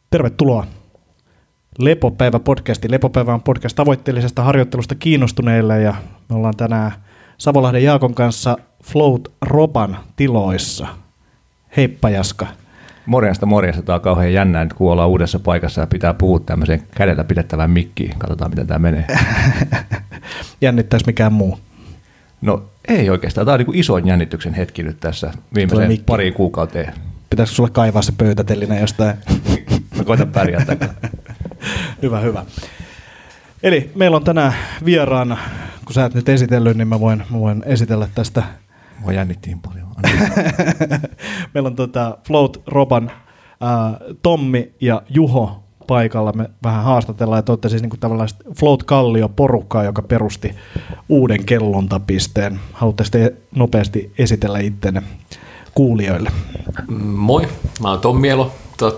Tervetuloa Lepopäivä-podcastiin. Lepopäivä on podcast tavoitteellisesta harjoittelusta kiinnostuneille ja me ollaan tänään Savolahden Jaakon kanssa Float Roban tiloissa. Heippa Jaska. Morjesta. Tämä on kauhean jännää nyt, kun ollaan uudessa paikassa ja pitää puhua tämmöiseen kädellä pidettävään mikkiin. Katsotaan, miten tämä menee. Jännittäisi mikään muu? No ei oikeastaan. Tämä on niin kuin ison jännityksen hetki nyt tässä viimeiseen pariin kuukauteen. Pitäisikö sulle kaivaa se pöytätellinen jostain? Mä koitan pärjätä. Hyvä. Eli meillä on tänään vieraana, kun sä et nyt esitellyt, niin mä voin esitellä tästä. Mua jännittiin paljon. Meillä on Float Roban Tommi ja Juho paikalla. Me vähän haastatellaan, että olette siis niinku tällaista Float Kallio-porukkaa, joka perusti uuden kellontapisteen. Haluatte sitten nopeasti esitellä ittenne kuulijoille? Moi, mä oon Tommi Elo,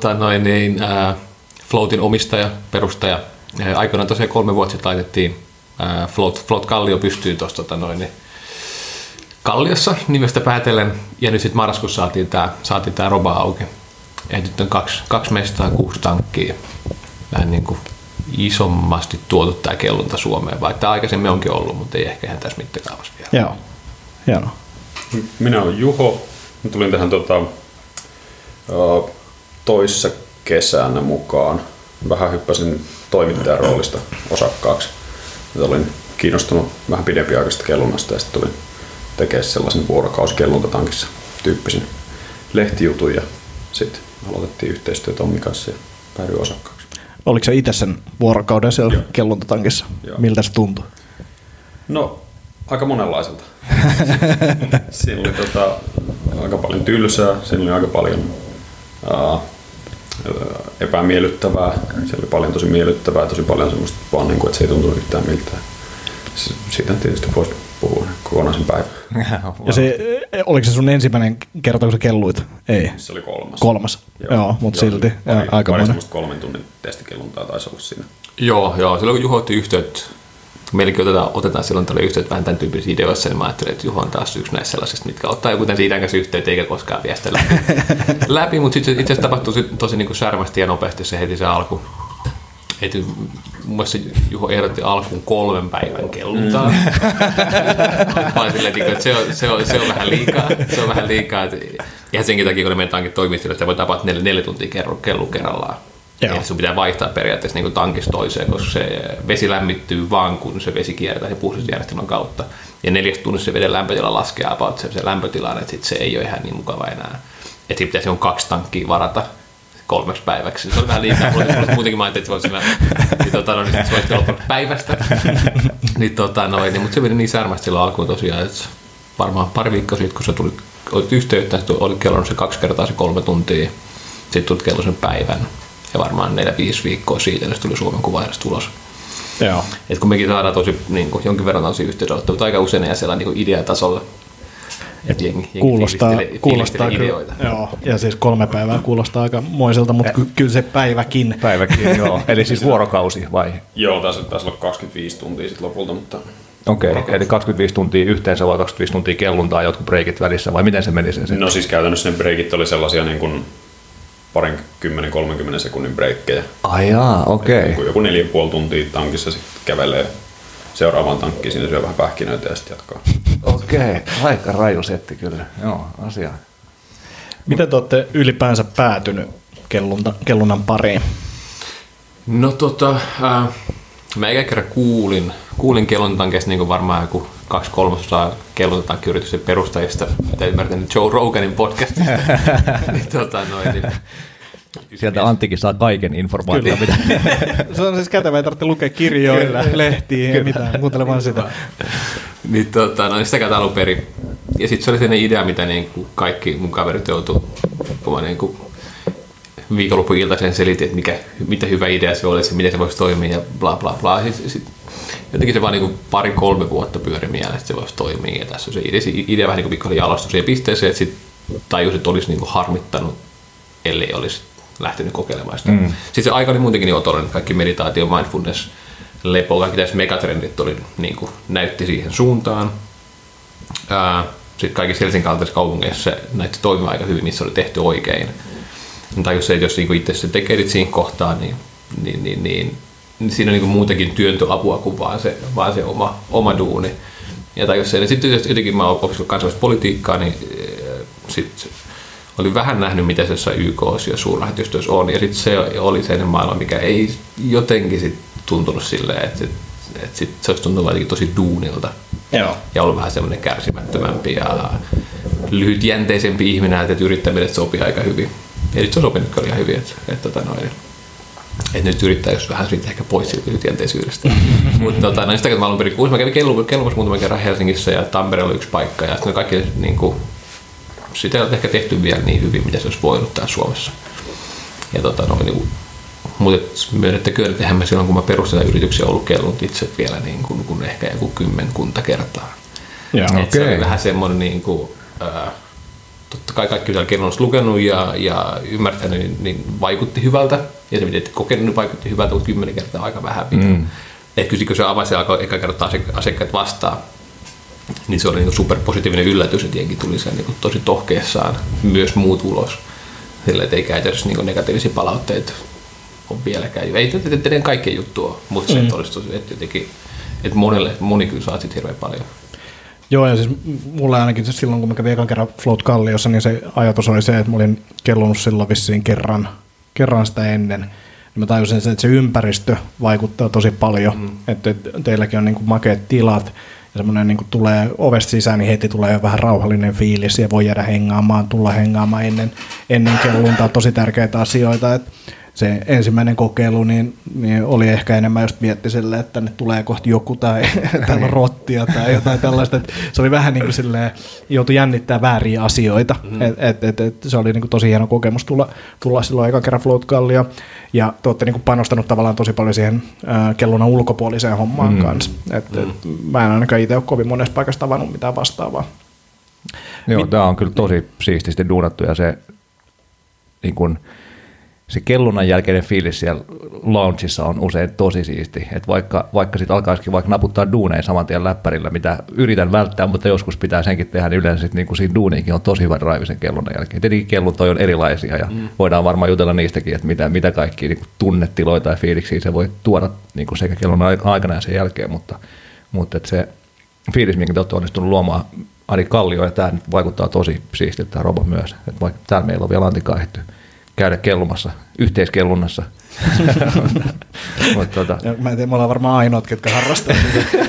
Floatin omistaja, perustaja. Aikoinaan tosiaan 3 vuotta sitten laitettiin Float Kallio pystyyn tuossa Kalliossa nimestä päätellen, ja nyt sitten marraskuussa saatiin tää Roba auki. Ja nyt on kaksi mestaa, 6 tankkia. Vähän niin kuin isommasti tuotu tää kellonta Suomeen, vaikka tämä aikaisemmin onkin ollut, mutta ei ehkä ihan tässä mittakaavassa vielä. Joo, hienoa. Minä olen Juho. Mä tulin tähän toissa kesänä mukaan. Vähän hyppäsin toimittajan roolista osakkaaksi. Mä olin kiinnostunut vähän pidempiaikaisesta kellonnasta ja sitten tulin tekemään sellaisen vuorokausikellonta-tankissa tyyppisen lehtijutun ja sitten aloitettiin yhteistyö Tommin kanssa ja päädyin osakkaaksi. Oliko se itse sen vuorokauden siellä kellonta-tankissa? Miltä se tuntui? No, aika monenlaiselta. Siinä oli aika paljon tylsää, siinä oli aika paljon epämiellyttävää, siellä oli paljon tosi miellyttävää, tosi paljon semmoista vaan niin kuin, että se ei tuntunut yhtään miltään. Siitä tietysti voisi puhua kokonaisen päivän. Ja oliko se sun ensimmäinen kerta, kun sä kelluit? Ei. Se oli kolmas. Joo, mutta silti. Aika monen. 3 tunnin testikelluntaa taisi olla siinä. Joo. Silloin kun Juho otti yhteyttä, meilläkin otetaan silloin tälle yhteyttä vähän tämän tyyppisissä ideoissa, niin mä ajattelin, että Juho on taas yksi näistä sellaisista, mitkä ottaa joku tämän idän kanssa yhteyttä eikä koskaan vie sitä läpi. Mutta sitten itse asiassa tapahtui tosi niin kuin särmästi ja nopeasti se heti se alku. Mun mielestä Juho ehdotti alkuun 3 päivän kelluntaa. Se on vähän liikaa. Se on vähän liikaa. Ihan senkin takia, kun ne meidän tankit toimii sillä, että se voi tapahtua 4 tuntia kellu kerrallaan. Ja sun pitää vaihtaa periaatteessa niin tankista toiseen, koska se vesi lämmittyy vaan kun se vesi kiertää se puhdistusjärjestelmän kautta. Ja 4 tunnissa se veden lämpötila laskee about se lämpötilaan, että sit se ei ole ihan niin mukava enää. Että siinä pitäisi 2 tankkia varata 3 päiväksi. Se oli vähän liikaa. Mulla muutenkin mä ajattelin, että se voisi olla päivästä. Mutta se meni niin särmästi silloin alkuun tosiaan, että varmaan pari viikkoa sitten, kun sä olit yhteyttä, että olit kellonut se 2 kertaa se 3 tuntia, sitten tulit kello sen päivän. Ja varmaan 4-5 viikkoa siitä, niin se tuli Suomen Kuvaajasta ulos. Joo. Et kun mekin saadaan tosi, niin kuin, jonkin verran tosi yhteydenottavia, mutta aika usein ja siellä niin ideatasolla. Että jengi kuulostaa ideoita. Joo, ja siis 3 päivää kuulostaa aika moiselta, mutta kyllä se päiväkin. Päiväkin, joo. Eli siis vuorokausi vai? Joo, taisi olla 25 tuntia sitten lopulta, mutta... Okei, eli 25 tuntia yhteensä vai 25 tuntia kelluntaa, jotkut breikit välissä vai miten se meni sen? No siis käytännössä ne breikit oli sellaisia niin kuin 20-30 sekunnin breikkejä. Ai jaa, okei. Joku 4,5 tuntia tankissa sitten kävelee seuraavaan tankkiin, siinä syö vähän pähkinöitä ja sitten jatkaa. Okei, aika raju setti kyllä. Joo, asia. Miten te olette ylipäänsä päätynyt kellunnan pariin? No mä eikä kerran kuulin kellontankkeista niin kuin varmaan joku 2/3 kellontankkiyrityksen perustajista, mitä ymmärtänyt Joe Roganin podcastista. Sieltä Anttikin saa kaiken informaation. Mitä. Se on siis kätevä, ei tarvitse lukea kirjoilla, lehtiä ja mitään, kuuntele vaan sitä. Sitä käytä alun perin. Ja sitten se oli sellainen idea, mitä niin kuin kaikki mun kaverit joutuu, kun mä niin kuin viikonloppuiltaisen selitin, että mitä hyvä idea se olisi, miten se voisi toimia ja bla bla bla. Jotenkin se vaan niin 2-3 vuotta pyöri mieleen, että se voisi toimia. Ja tässä on se idea vähän niin kuin jalostui siihen pisteeseen, että sitten tajus, että olisi niin kuin harmittanut, ellei olisi lähtenyt kokeilemaan sitä. Sitten se aika oli muutenkin niin otollinen, kaikki meditaatio, mindfulness, lepo, kaikki tässä megatrendit oli, niin kuin, näytti siihen suuntaan. Sitten kaikissa Helsingin kaltaisissa kaupungeissa se näytti toimimaan aika hyvin, missä oli tehty oikein. Tai jos niinku itse se tekee siinä kohtaa, niin siinä on niinku muutenkin työntöapua kuin vaan se oma duuni. Ja tai jos se, sitten jotenkin mä oon opiskellut kansainvälistä politiikkaa, niin sitten olin vähän nähnyt, mitä se jossain YK:ssa ja suurlähetystöissä on. Ja sitten se oli sellainen maailma, mikä ei jotenkin sit tuntunut silleen, että sit se olisi tuntunut jotenkin tosi duunilta. Joo. Ja ollut vähän semmoinen kärsimättömämpi ja lyhytjänteisempi ihminen, että yrittäminen sopii aika hyvin. Ja nyt se on sopinut kyllä ihan hyvin, että nyt yrittää just vähän siitä ehkä pois siitä lyhytjänteisyydestä. Mutta sitä, että mä alun perin mä kävin kellumassa muutaman kerran Helsingissä ja Tampereella oli yksi paikka ja sitten kaikki niinku, sitä ei ole ehkä tehty vielä niin hyvin, mitä se olisi voinut täällä Suomessa. Ja mutta myönnettäköön, että eihän mä silloin, kun mä perustin yrityksiä, ollut kellunut itse vielä niin kuin ehkä joku 10 kertaa. Se oli vähän semmoinen, niin kuin, totta kai kaikki mitä kellunnassa lukenut ja ymmärtänyt, niin vaikutti hyvältä. Ja se mitä et kokenut, niin vaikutti hyvältä, mutta 10 kertaa aika vähän pitää. Että kun se avasi ja alkoi eka kertaa asiakkaat vastaan, niin se oli niin superpositiivinen yllätys, että jengi tuli sen niin tosi tohkeessaan myös muut ulos. Sillä ei käytännössä niin negatiivisia palautteita on vieläkään. Ei tietenkään kaikkien juttu ole, mutta se olisi jotenkin, että moni kyllä saa siitä hirveän paljon. Joo, ja siis mulle ainakin silloin, kun mä kävin ekan kerran Float Kalliossa, niin se ajatus oli se, että mä olin kellunut silloin vissiin kerran sitä ennen. Niin mä tajusin, että se ympäristö vaikuttaa tosi paljon, että teilläkin on niin kuin makeat tilat, ja semmoinen niin kuin tulee ovesta sisään, niin heti tulee jo vähän rauhallinen fiilis, ja voi jäädä tulla hengaamaan ennen kelluntaa, tosi tärkeitä asioita, että se ensimmäinen kokeilu niin oli ehkä enemmän just mietti silleen, että tänne tulee kohti joku tai täällä on rottia tai jotain tällaista. Että se oli vähän niin kuin silleen, joutui jännittämään vääriä asioita. Se oli niin kuin tosi hieno kokemus tulla silloin ekan kerran Float Kallio. Ja te olette niin kuin panostanut tavallaan tosi paljon siihen kellunnan ulkopuoliseen hommaan kanssa. Mä en ainakaan itse ole kovin monesta paikasta tavannut mitään vastaavaa. Joo, tämä on kyllä tosi siististi duunattu ja se niin kuin se kellunnan jälkeinen fiilis siellä loungeissa on usein tosi siisti, että vaikka sitten alkaisikin vaikka naputtaa duuneja saman tien läppärillä, mitä yritän välttää, mutta joskus pitää senkin tehdä, niin yleensä niin kuin siinä duuniinkin on tosi hyvä drive sen kellunnan jälkeen. Tietenkin kelluntoja on erilaisia ja voidaan varmaan jutella niistäkin, että mitä kaikkia niin tunnetiloja tai fiiliksiä se voi tuoda niin kuin sekä kellunnan aikana ja sen jälkeen, mutta että se fiilis, minkä te olette onnistunut luomaan Ari Kallio, ja tämä nyt vaikuttaa tosi siistiltä tämä Robo myös, että vaikka täällä meillä on vielä Antikaan ehditty käydä kellumassa, yhteiskellunnassa. Mä en tiedä, me ollaan varmaan ainoat, ketkä harrastaa sitä.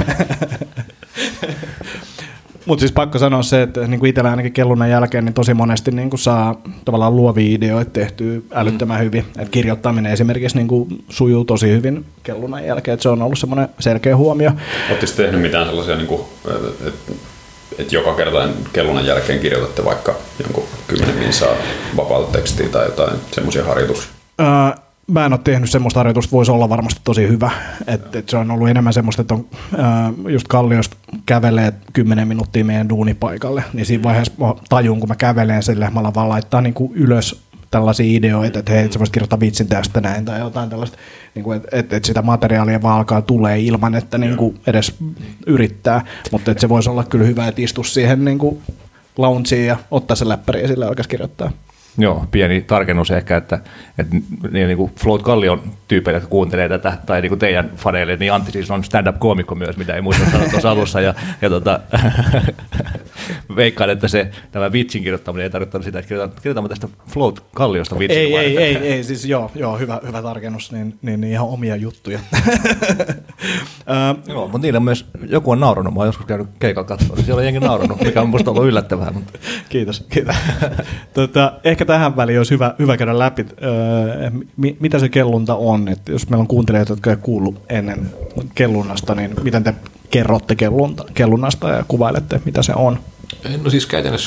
Mutta siis pakko sanoa se, että niin itsellä ainakin kellunnan jälkeen niin tosi monesti niin saa tavallaan luovia ideoita tehtyä älyttömän hyvin. Et kirjoittaminen esimerkiksi niin sujuu tosi hyvin kellunnan jälkeen, että se on ollut semmoinen selkeä huomio. Oletteko tehnyt mitään sellaisia, niin että joka kerta kellunnan jälkeen kirjoitatte vaikka jonkun 10 minsaa vapaata tekstiä tai jotain semmoisia harjoituksia? Mä en ole tehnyt semmoista harjoitusta, voisi olla varmasti tosi hyvä. Et se on ollut enemmän semmoista, että on just Kalliosta kävelee 10 minuuttia meidän duunipaikalle, niin siinä vaiheessa tajun, kun mä kävelen sille, mä alan vaan laittaa niinku ylös tällaisia ideoita, että hei, sä voisit kirjoittaa vitsin tästä näin tai jotain tällaista, niin että sitä materiaalia vaan alkaa tulee ilman, että niin kuin edes yrittää, mutta että se voisi olla kyllä hyvä, että istus siihen niin kuin loungeen ja ottaa se läppäri ja sillä alkaisi kirjoittaa. Joo, pieni tarkennus ehkä, että niin kuin Float Kallion tyypeille, jotka kuuntelee tätä, tai niin kuin teidän faneille, niin Antti siis on stand-up-koomikko myös, mitä ei muista sanoa tuossa alussa, ja veikkaan, että tämä vitsin kirjoittaminen ei tarkoittanut sitä, että kirjoitamme tästä Float Kalliosta vitsin. Ei, siis joo, hyvä tarkennus, niin ihan omia juttuja. Joo, mutta niillä myös joku on naurannut, mä oon joskus käynyt keikalla katsoa, niin siellä on jengi naurannut, mikä on musta ollut yllättävää. Mutta. Kiitos. Ehkä tähän väliin olisi hyvä käydä läpi, mitä se kellunta on. Että jos meillä on kuuntelijoita, jotka ei kuullut ennen kellunnasta, niin miten te kerrotte kellunnasta ja kuvailette, mitä se on? No siis käytännössä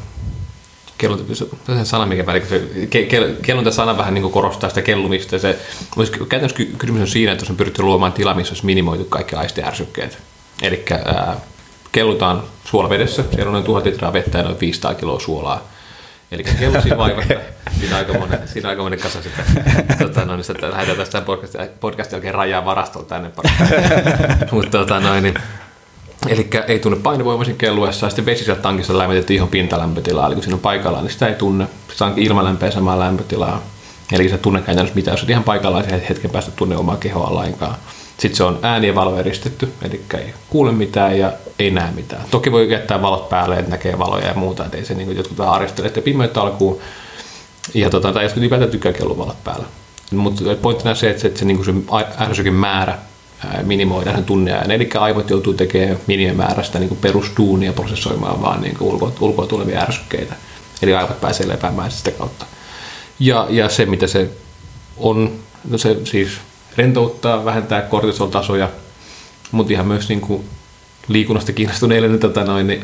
kellunta-sana vähän niin kuin korostaa sitä kellumista. Käytännössä kysymys on siinä, että jos on pyritty luomaan tila, missä olisi minimoitu kaikki aistiärsykkeet. Eli kellutaan suolavedessä, siellä on noin 1000 litraa vettä ja noin 500 kiloa suolaa. Eli kellusia vaivasta, siinä aika monen kasa sitä. Niin lähdetään tästä podcastin jälkeen rajaa varastoon tänne. Mutta Eli ei tunne painovoimaisin kelluessa, ja sitten vesi sieltä tankista lämmitettiin ihan pintalämpötilaa, eli kun siinä on paikallaan, niin sitä ei tunne. Se onkin ilmalämpöä samaa lämpötilaa. Eli se tunne käytännössä mitään, jos olet ihan paikallaan, niin hetken päästä tunne omaa kehoa lainkaan. Sitten se on ääni ja valo eristetty, eli ei kuule mitään ja ei näe mitään. Toki voi jättää valot päälle, että näkee valoja ja muuta, että ei se niin jotkut vähän aristele, että pimeyttä alkuun. Ja tai jotkut ylipäätään tykkää kelluvalot päällä. Mutta pointtina on se, että se, niin se ärsykin määrä minimoidaan sen tunneajan. Eli aivot joutuu tekemään minimimäärästä niin perustuunia prosessoimaan vaan niin ulkoa tulevia ärsykkeitä. Eli aivot pääsee lepäämään sitä kautta. Ja se, mitä se on, no se siis rentouttaa, vähentää kortisoltasoja, mutta ihan myös niin kuin liikunnasta kiinnostuneille, niin,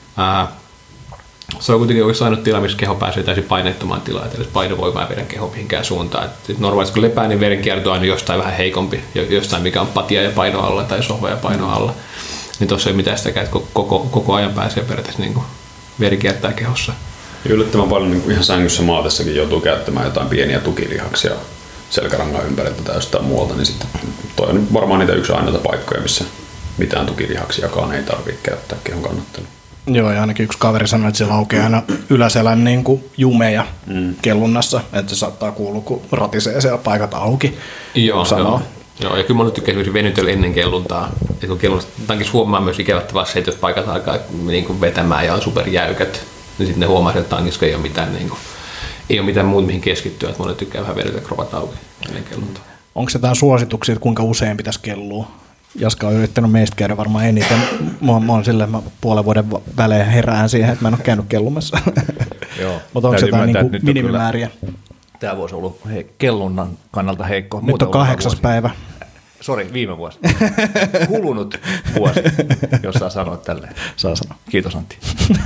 se on kuitenkin oikeastaan ainut tila, missä keho pääsee täysin paineettomaan tilaan, eli painovoimaa ei vedä keho mihinkään suuntaan. Normaalisti kun lepää, niin verenkierto on aina jostain vähän heikompi, jostain mikä on patia ja paino alla tai sohva ja paino alla. Niin tuossa ei mitään sitäkään, että koko ajan pääsee periaatteessa niin veri kiertää kehossa. Ja yllättävän paljon niin ihan sängyssä maatessakin joutuu käyttämään jotain pieniä tukilihaksia selkärangan ympäriltä tai jostain muualta, niin sitten toi on varmaan niitä yksi ainoita paikkoja, missä mitään tukilihaksiakaan ei tarvitse käyttää kehon kannatteluun. Joo, ja ainakin yksi kaveri sanoi, että se laukee aina yläselän niin kuin jumeja kellunnassa, että se saattaa kuulua, kun ratisee siellä paikat auki. Joo, ja kyllä mä tykkään esimerkiksi venytellä ennen kelluntaa. Ja kun kelluntaankin huomaa myös ikävättävästi se, että jos paikat alkaa niin kuin vetämään ja on superjäykät, niin sitten ne huomaa, että tankissa ei ole mitään, niin kuin, ei ole mitään muuta mihin keskittyä, että monet tykkää vähän venytellä kropat auki ennen kelluntaa. Onko se jotain suosituksia, että kuinka usein pitäisi kellua? Jaska on yrittänyt meistä käydä varmaan eniten. Mä oon silleen, mä puolen vuoden välein herään siihen, että mä en ole käynyt kellumassa. Mutta onko se jotain niin minimimääriä? Tämä vuosi on ollut kellunnan kannalta heikko. Nyt on 8. päivä. Sori, viime vuosi. Kulunut vuosi, jos saa sanoa tälleen. Saa sanoa. Kiitos Antti.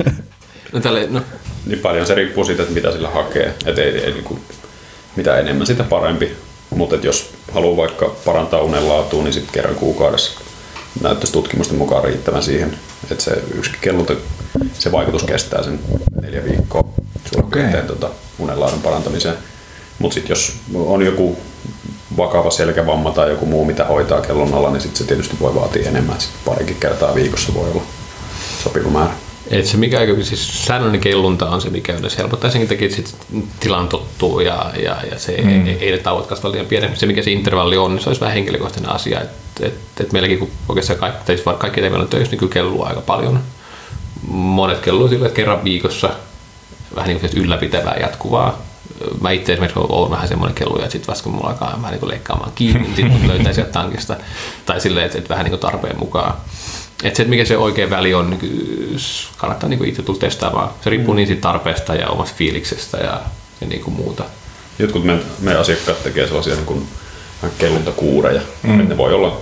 Niin paljon se riippuu siitä, että mitä sillä hakee. Ei, niin kuin, mitä enemmän, sitä parempi. Mutta jos haluaa vaikka parantaa unenlaatua, niin sitten kerran kuukaudessa näyttäisi tutkimusten mukaan riittävän siihen, että se yksi kellunta, se vaikutus kestää sen 4 viikkoa suurin piirtein unenlaadun parantamiseen. Mutta sitten jos on joku vakava selkävamma tai joku muu, mitä hoitaa kellunnalla, niin sitten se tietysti voi vaatia enemmän. Sitten parikin kertaa viikossa voi olla sopiva määrä. Et se mikä siis säännöllinen kellunta on se, mikä yleensä helpottaa senkin takia, että sit tilan tottuu ja se ei ne tauot kasva liian pienempi. Se mikä se intervalli on, niin se olisi vähän henkilökohtainen asia. Et meilläkin, kun oikeastaan kaikki meillä on töissä, niin kyllä kelluu aika paljon. Monet kelluu sillä, että kerran viikossa vähän niin kuin ylläpitävää jatkuvaa. Mä itse esimerkiksi olen vähän semmoinen kelluja, että sitten vasta kun mulla alkaa vähän niin kuin leikkaamaan kiinni, niin sitten löytää sieltä tankista. Tai silleen, että vähän niin kuin tarpeen mukaan. Että se, että mikä se oikea väli on, niin kannattaa niin itse tulla testaamaan. Se riippuu niin siitä tarpeesta ja omasta fiiliksestä ja niin kuin muuta. Jotkut meidän asiakkaat tekee sellaisia niin kuin kelluntakuureja. Ne voi olla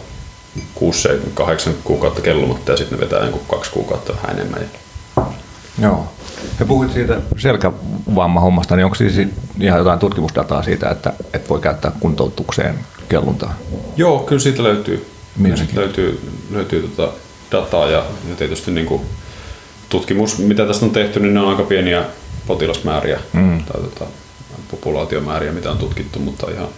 6-8 kuukautta kellumatta ja sitten ne vetää niin 2 kuukautta vähän enemmän. Joo. Ja puhuit siitä selkävammahommasta, niin onko siis ihan jotain tutkimusdataa siitä, että voi käyttää kuntoutukseen kelluntaa? Joo, kyllä siitä löytyy. Löytyy dataa ja tietysti niin kuin tutkimus, mitä tästä on tehty, niin ne on aika pieniä potilasmääriä tai populaatiomääriä, mitä on tutkittu, mutta ihan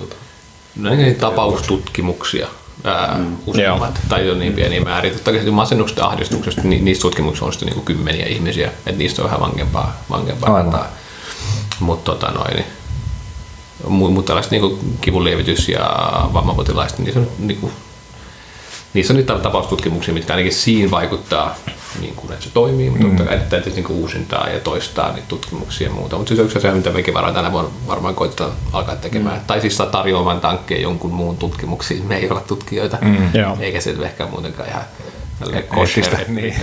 tapaustutkimuksia useammat, tai on niin pieniä määriä. Totta kai masennuksesta ja ahdistuksesta, niin niistä tutkimuksista on sitten niin kuin kymmeniä ihmisiä, että niistä on vähän vankempaa. Mutta tällaiset niin kivunlievitys- ja vammapotilaiset, niissä on niitä tapaustutkimuksia, mitkä ainakin siinä vaikuttaa, niin kuin, että se toimii, mutta totta kai täytyy niin uusintaa ja toistaa niitä tutkimuksia ja muuta. Mutta siis yksi asia, mitä mekin tänä vuonna varmaan koitetaan alkaa tekemään. Tai siis tarjoamaan tankkeja jonkun muun tutkimuksiin. Me ei olla tutkijoita, eikä se ehkä muutenkaan ihan kosher.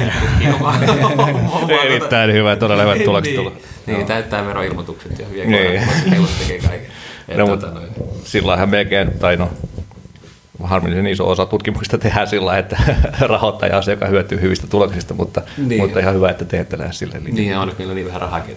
Erittäin hyvä, todella hyvät tulokset tullut. Niin, täyttää veroilmoitukset ja hyviä kohdalla tekee kaiken. Sillähän melkein, harmillisen iso osa tutkimuksista tehdään sillä, että rahoittaja asiakas hyötyy hyvistä tuloksista, mutta ihan hyvä, että te ette lähde sille linjalle. Niin, on meillä niin vähän rahakin.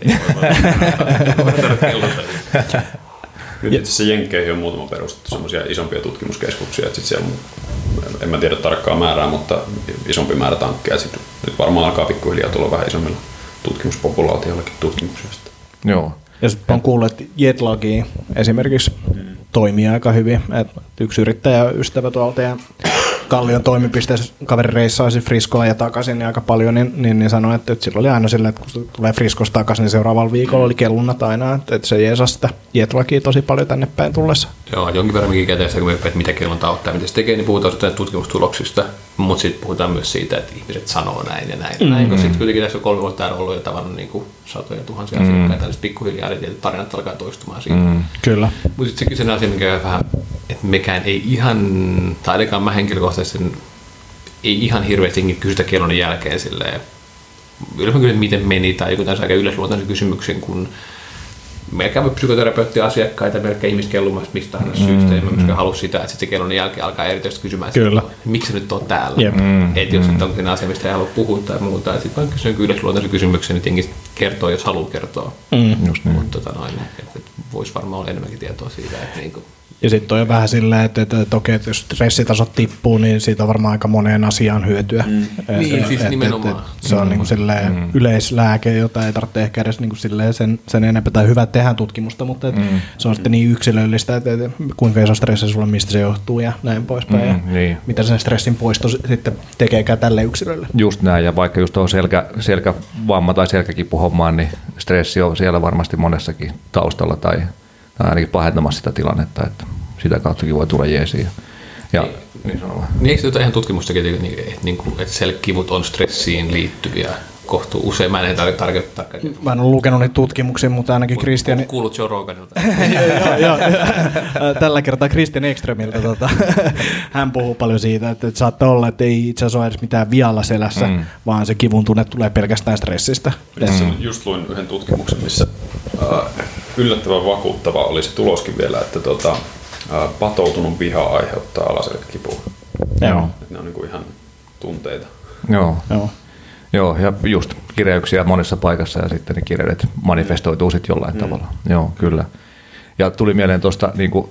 Nyt itse asiassa Jenkkeihin on muutama perustettu semmoisia isompia tutkimuskeskuksia, että siellä en mä tiedä tarkkaa määrää, mutta isompi määrä tankkeja. Sitten nyt varmaan alkaa pikkuhiljaa tulla vähän isommilla tutkimuspopulaatiollakin tutkimuksia. Joo. Ja sitten on kuullut, että Jetlagi esimerkiksi toimii aika hyvin. Et yksi yrittäjäystävä tuolta teidän Kallion toimipisteessä kaveri reissaisi Friskolla ja takaisin niin aika paljon, niin sanoi, että silloin oli aina silleen, että kun se tulee Friskosta takaisin, niin seuraavalla viikolla oli kellunnat aina, että se jeesasi sitä jetlakia tosi paljon tänne päin tullessa. Joo, jonkin verran mikin käteistä, kun me että mitä kellonta auttaa, mitä se tekee, niin puhutaan tutkimustuloksista, mutta sitten puhutaan myös siitä, että ihmiset sanoo näin ja näin. Näin, kun sitten kuitenkin tässä on 3 vuotta täällä ollut jo tavannut niin kuin satoja tuhansia asiakkaita, niin pikkuhiljaa ne tietyt tarinat alkaa toistumaan siitä. Kyllä. Mutta sitten sekin sen asia, mikä on vähän, että mekään ei ihan, tai ainakaan mä henkilökohtaisesti ei ihan hirveästi kysytä kellon jälkeen silleen, yleensä kyllä miten meni, tai joku tämmöisen aika yleisluontaisen kysymyksen, kun meillä käy psykoterapeutti-asiakkaita, meillä käy ihmiset kellumassa mistä tahansa syystä, ja mä myöskään halua sitä, että sitten kellon jälkeen alkaa erityisesti kysymään, että miksi sä nyt oot täällä. Että jos onko siinä asia, mistä ei halua puhua tai muuta, että sitten vaan kysyy yleisluontaisen kysymyksen, niin tietenkin kertoo, jos haluaa kertoa. Just niin. Mutta voisi varmaan olla enemmänkin tietoa siitä, että niin kuin. Ja sitten on vähän silleen, että okei, että jos stressitasot tippuu, niin siitä on varmaan aika moneen asiaan hyötyä. Niin, siis nimenomaan. Se on niinku silleen yleislääke, jota ei tarvitse ehkä edes niinku silleen sen enempää, tai hyvä tehdä tutkimusta, mutta se on sitten niin yksilöllistä, että kuinka iso stressi sulla, mistä se johtuu ja näin poispäin. Ja mitä sen stressin poisto sitten tekeekään tälle yksilölle. Just näin, ja vaikka just tuohon selkävamma tai selkäkipuhommaan, niin stressi on siellä varmasti monessakin taustalla tai ainakin pahentamassa sitä tilannetta, että sitä kauttakin voi tulla jeesiä. Niin eikö se ihan tutkimustakin, että selkäkivut on stressiin liittyviä kohtuu usein? Mä en tarkoittaa. Mä en ole lukenut niitä tutkimuksia, mutta ainakin Christian. Kuulut Joe Roganilta. Joo. Tällä kertaa Christian Ekströmiltä. Hän puhuu paljon siitä, että saattaa olla, että ei itse asiassa ole edes mitään vialla selässä, vaan se kivun tunne tulee pelkästään stressistä. Just luin yhden tutkimuksen, missä yllättävän vakuuttava oli se tuloskin vielä, että patoutunut viha aiheuttaa alaselkäkipua. Joo. Ne on niinku ihan tunteita. Joo, ja just kireyksiä monessa paikassa ja sitten ne kireydet manifestoituu sitten jollain tavalla. Joo, kyllä. Ja tuli mieleen tuosta niinku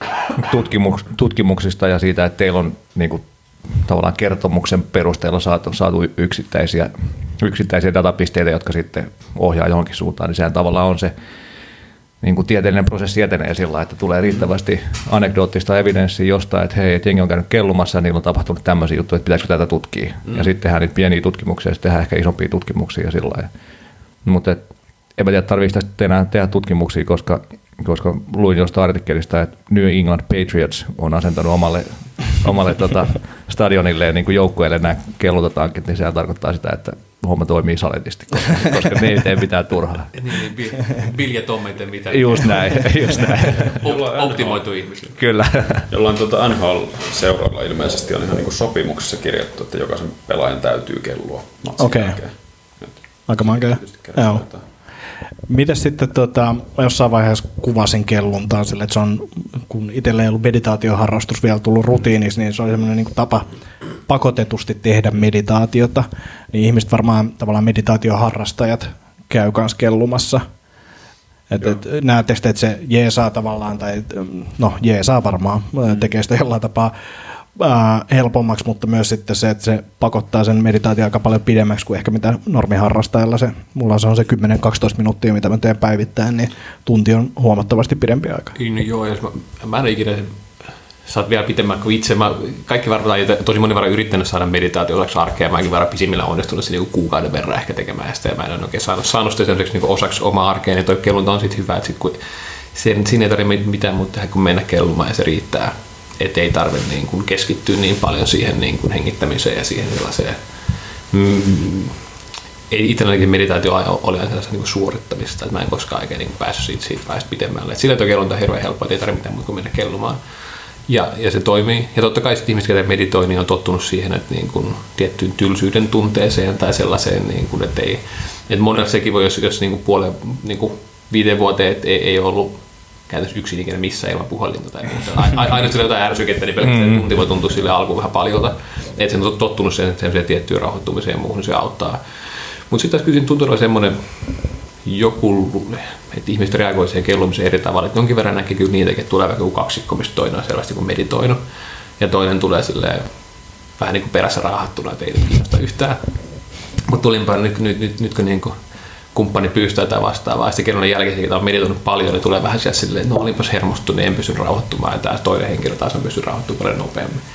tutkimuksista ja siitä, että teillä on niinku tavallaan kertomuksen perusteella saatu yksittäisiä datapisteitä, jotka sitten ohjaa johonkin suuntaan, niin sehän tavallaan on se niin kuin tieteellinen prosessi etenee sillä, että tulee riittävästi anekdoottista evidenssiä jostain, että hei, jengi on käynyt kellumassa ja niillä on tapahtunut tämmöisiä juttuja, että pitäisikö tätä tutkia. Ja sitten tehdään niitä pieniä tutkimuksia ja sitten tehdään ehkä isompia tutkimuksia ja sillä lailla. Mutta en tiedä, tarvitseeko tästä enää tehdä tutkimuksia, koska luin jostain artikkelista, että New England Patriots on asentanut omalle stadionilleen niin kuin joukkueelle nämä kellutatankit, niin sehän tarkoittaa sitä, että homma toimii saletisti, koska ne ei tee mitään turhaa. Niin, Bill ja Tom ei tee mitään. Just näin. Optimoitu ihmisille. Kyllä. Jollain NHL-seuralla ilmeisesti on ihan niin kuin sopimuksessa kirjattu, että jokaisen pelaajan täytyy kellua matsin jälkeen. Aika mankea. Joo. Mites sitten jossain vaiheessa kuvasin kelluntaa sille, että se on, kun itsellä ei ollut meditaatioharrastus vielä tullut rutiinissa, niin se oli semmoinen niin tapa pakotetusti tehdä meditaatiota. Niin ihmiset varmaan tavallaan meditaatioharrastajat käy kanssa kellumassa. Näettekö, että se jeesaa tavallaan, tai no jeesaa varmaan, tekee sitä jollain tapaa helpommaksi, mutta myös sitten se, että se pakottaa sen meditaation aika paljon pidemmäksi kuin ehkä mitä normiharrastajalla mulla se on se 10-12 minuuttia, mitä mä teen päivittäin, niin tunti on huomattavasti pidempi aika. No joo, jos mä en ole ikinä saat vielä pitemmän kuin itse. Kaikki varmaan tosi moni varmaan yrittänyt saada meditaatio osaksi arkea. Mäkin varmaan pisimmillä onnistunut sen niin kuukauden verran ehkä tekemään sitä, ja mä en ole oikein saanut sitä niin osaksi omaa arkea, niin toi kellunta on sitten hyvä, että sit, kun siinä ei tarvitse mitään muuta tehdä kuin mennä kellumaan ja se riittää. Että ei tarvitse niin kuin keskittyä niin paljon siihen niin kuin hengittämiseen ja siihen sellaiseen. Ei itsellänikin meditaatio oli aina sellaista niin kuin suorittamista, että mä en koskaan oikein niin päässyt siitä vaiheesta pitemmälle. Et sillä tuo kellunta on hirveän helppoa, että ei tarvitse mitään muuta kuin mennä kellumaan. Ja se toimii. Ja totta kai sitten ihmiset, jotka meditoi, niin on tottunut siihen, että niin kuin tiettyyn tylsyyden tunteeseen tai sellaiseen, niin kuin, että monella sekin voi, jos niin kuin niin kuin 5 vuoteen ei ollut käytössä yksin ikinä missään ilman puhelinta tai muuta. Aina sillä jotain ärsykettä, niin pelkästään tunti voi tuntua sille alkuun vähän paljolta. Että se on tottunut sen tiettyyn rauhoittumiseen ja muuhun, se auttaa. Mutta sitten taas kyllä tuntuu olevan semmoinen että ihmiset reagoivat siihen kellumiseen eri tavalla. Että jonkin verran näkee kyllä niitäkin, että tulee vaikka kaksikko, mistä toinen on selvästi kuin meditoinut. Ja toinen tulee silleen vähän niin kuin perässä raahattuna, että ei kiinnosta yhtään. Mutta tulinpa nyt kun niin kuin kumppani pyystää tai vastaavaa, ja sitten kellon jälkeen, että on meditoinut paljon, niin tulee vähän sieltä silleen, että no olinpas hermostunut, niin en pysty rauhoittumaan, ja tämä toinen henkilö taas on pystynyt rauhoittumaan paljon nopeammin.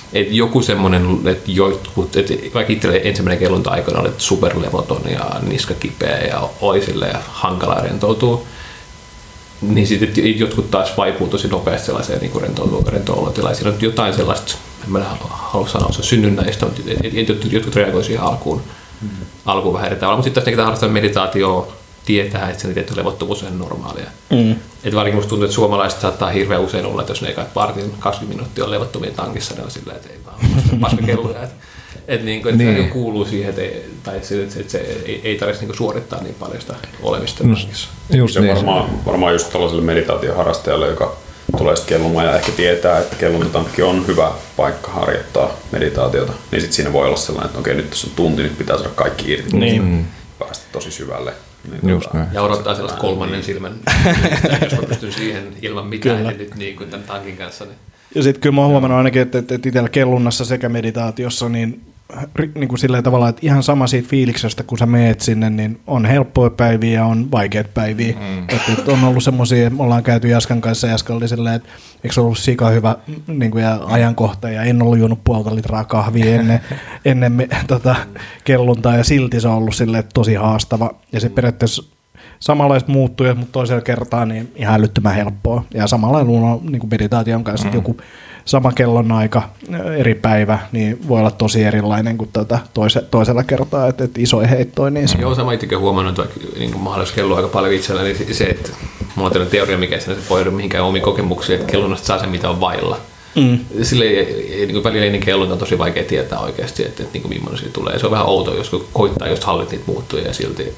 että joku semmoinen, että vaikka itselle ensimmäinen kellunta-aikana oli superlevoton ja niska kipeä ja oli silleen hankala rentoutua, niin sitten jotkut taas vaipuu tosi nopeasti sellaiseen niin rentouolotilaan. Siinä on jotain sellaista, en mä halua sanoa, se synnynnäistä, mutta jotkut reagoivat siihen alkuun vähän eri tavalla. Mutta sitten taas harrastaa meditaatioa, tietää, että se tietty levottomuus on normaalia. Että varsinkin musta tuntuu, että suomalaiset saattaa hirveän usein olla, että jos ne ei vartin 20 minuuttia on levottomia tankissa, ne on silleen, että ei vaan paskakelluja. Että se kuuluu siihen, että se ei tarvitse suorittaa niin paljon sitä olemista tankissa. Se varmaan just tällaiselle meditaatioharrastajalle, joka tulee sitten kellumaan ja ehkä tietää, että kelluntatankki on hyvä paikka harjoittaa meditaatiota, niin sitten siinä voi olla sellainen, että okei, nyt tässä on tunti, nyt pitää saada kaikki irti. Päästä tosi syvälle. Niin ja odottaa sellaista kolmannen silmän, jos mä pystyn siihen ilman mitään nyt niin kuin tämän tankin kanssa. Niin. Ja sitten kyllä mä oon huomannut ainakin, että itsellä kellunnassa sekä meditaatiossa, niin kuin sillä tavalla, että ihan sama siitä fiiliksestä, kun sä meet sinne, niin on helppoja päiviä ja on vaikeita päiviä. Että on ollut semmoisia, me ollaan käyty Jaskan kanssa, Jaska oli silleen, että eikö se ollut sika hyvä niin kuin, ja ajankohta, ja en ollut juonut 0,5 litraa kahvia ennen kelluntaa, ja silti se on ollut silleen, tosi haastava. Ja se periaatteessa samanlaiset muuttujat, mutta toisella kertaa niin ihan älyttömän helppoa. Ja samalla luulla niin kuin meditaation kanssa, että joku sama kellonaika, eri päivä, niin voi olla tosi erilainen kuin toisella kertaa, että isoja heittoja. Niin joo, sama itsekin huomannut, että niin mahdollisuus kelloa aika paljon itsellä, niin se, että mulla on tällainen teoria, mikä ei se pohjaudu mihinkään omiin kokemuksiin, että kellunnasta saa se, mitä on vailla. Silleen niin välillä ennen kellunta on tosi vaikea tietää oikeasti, että niin kuin millainen siitä tulee. Se on vähän outoa, jos koittaa just hallita niitä muuttuja ja silti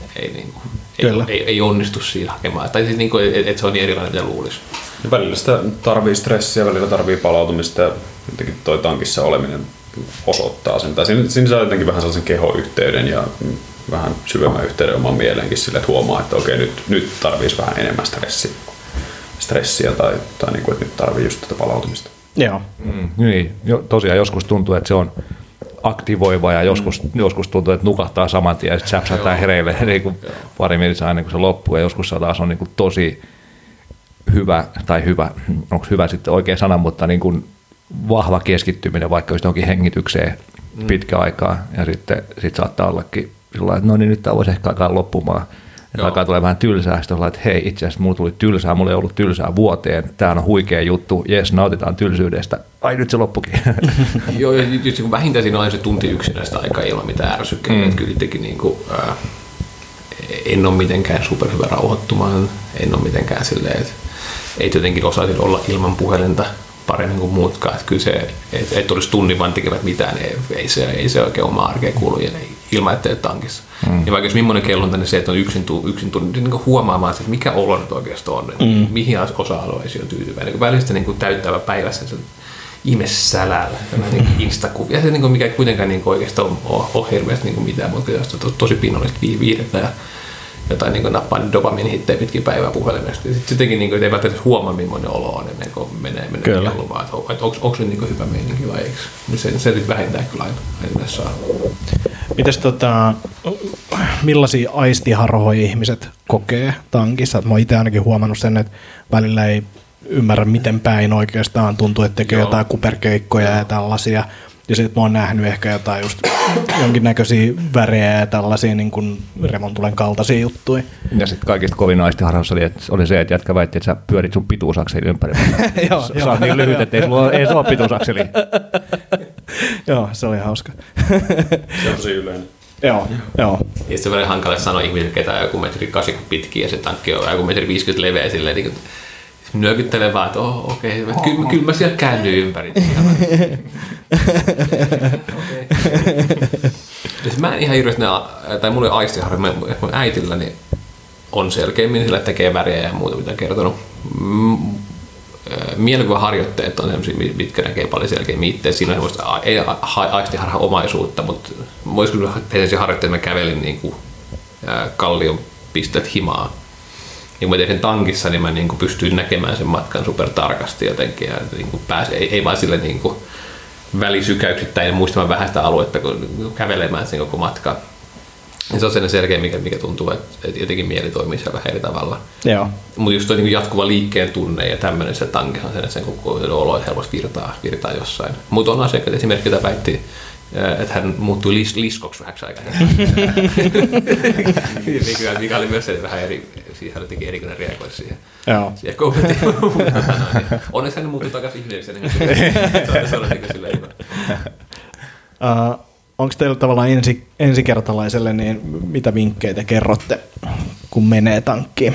ei onnistu siinä hakemaan. Tai siis, niin kuin, että se on niin erilainen, mitä luulisi. Ja välillä sitä tarvii stressiä, välillä tarvii palautumista ja jotenkin toi tankissa oleminen osoittaa sen. Tai siinä saa jotenkin vähän sellaisen kehoyhteyden ja vähän syvemmän yhteyden omaan mieleenkin sille, että huomaa, että okei, nyt tarvitsisi vähän enemmän stressiä tai niin kuin, että nyt tarvii just tätä palautumista. Joo. Niin, tosiaan joskus tuntuu, että se on aktivoiva ja joskus tuntuu, että nukahtaa saman tien ja sitten säpsätään hereille niin pari minuuttia ennen kuin se loppuu ja joskus se taas on niin kuin tosi hyvä, onko hyvä sitten oikea sana, mutta niin kuin vahva keskittyminen vaikka just johonkin hengitykseen pitkä aikaa ja sitten saattaa ollakin sillä että no niin nyt tämä voisi ehkä alkaa loppumaan. Että alkaa tulee vähän tylsää, sitten että hei itse asiassa mulla tuli tylsää, mulla ei ollut tylsää vuoteen, tämä on huikea juttu, jes nautitaan tylsyydestä, ai nyt se loppukin. Joo, ja just kun vähintään siinä on se tunti yksinäistä aikaa ilman mitään ärsykkeitä, että kyllä itsekin niin kuin, en ole mitenkään superhyvä rauhoittumaan, en ole mitenkään silleen, että ei jotenkin osaisi olla ilman puhelinta paremmin kuin muutkaan, että kyllä se, että olisi tunnin vaan tekevät mitään, ei se oikein oma arkeen kuulu ilman, ettei ole tankissa. Ja vaikka jos millainen kellunta, niin se, että on yksin tunnin niin huomaamaan, että mikä olo nyt oikeastaan on, mihin osa-alueisiin on tyytyväinen. Välistä niin täyttävä päivässä se ihmessälällä, niin instakuvia, se, niin mikä ei kuitenkaan niin oikeastaan ole hirveästi niin mitään, mutta tosi pinnollista viihdettä ja jotain niin nappaa dopamiinihittejä pitkin päivää puhelimesta. Sitten sittenkin niin ei välttämättä huomaa, millainen olo on ennen kuin menee kellumaan, että onko se niin hyvä meininki vai eikö. Se sitten vähintään kyllä aina saa. Mites millaisia aistiharhoja ihmiset kokee tankissa? Mä oon itse ainakin huomannut sen, että välillä ei ymmärrä miten päin oikeastaan tuntuu, että tekee jotain kuperkeikkoja ja tällaisia. Ja sitten mä oon nähnyt ehkä jotain just jonkinnäköisiä värejä ja tällaisia niin kuin remontulen kaltaisia juttuja. Ja sitten kaikista kovin aistiharhaus oli se, että jätkä väitti, että sä pyörit sun pituusakseli ympäri. Se on niin lyhyt, että ei se ole pituusakseli. Joo, se oli hauska. Se on tosi yleinen. Joo. Ja se on vähän hankala sanoa ihmisille, ketä on joku 1,80 m pitkiä ja se tankki on joku 1,50 m leveä silleen, niin nyökyttelen vaan, että okei, kyllä mä siellä käännyin ympäri. Mä en ihan hirveästi, tai mulla ei aistiharja, mun äitilläni on selkeämmin, sillä tekee väriä ja muuta, mitä kertonut. Mielikuvaharjoitteet on sellaisia, mitkä näkee paljon selkeämmin itse. Siinä on semmoista, ei aistiharha omaisuutta, mutta voisi kyllä tehdä sellaisia harjoitteita, että mä kävelin niin kuin kallion pisteet himaa. Ja kun mä tein sen tankissa, niin mä niin kuin pystyin näkemään sen matkan super tarkasti jotenkin. Ja niin kuin ei vaan sille niin kuin välisykäyksittäin muistamaan vähän sitä aluetta, kun kävelemään sen koko matkan. Ja se on sellainen selkeä, mikä tuntuu, että jotenkin mieli toimii siellä vähän eri tavalla. Joo. Mutta just tuo niin jatkuva liikkeen tunne ja tämmöinen se tankissa on sen koko olo helposti virtaa jossain. Mutta on asiakkaat esimerkiksi, jota väitti, että hän muuttui liskoksi vähäksi aikaa. Mikä oli myös se vähän eri, siihen hän jotenkin erikoinen reagoida siihen kommenttiin. Onneksi hän muuttui takaisin ihmeellisenä. Se on niin silleen hyvä. Onko teillä tavallaan ensikertalaiselle, niin mitä vinkkejä te kerrotte, kun menee tankkiin?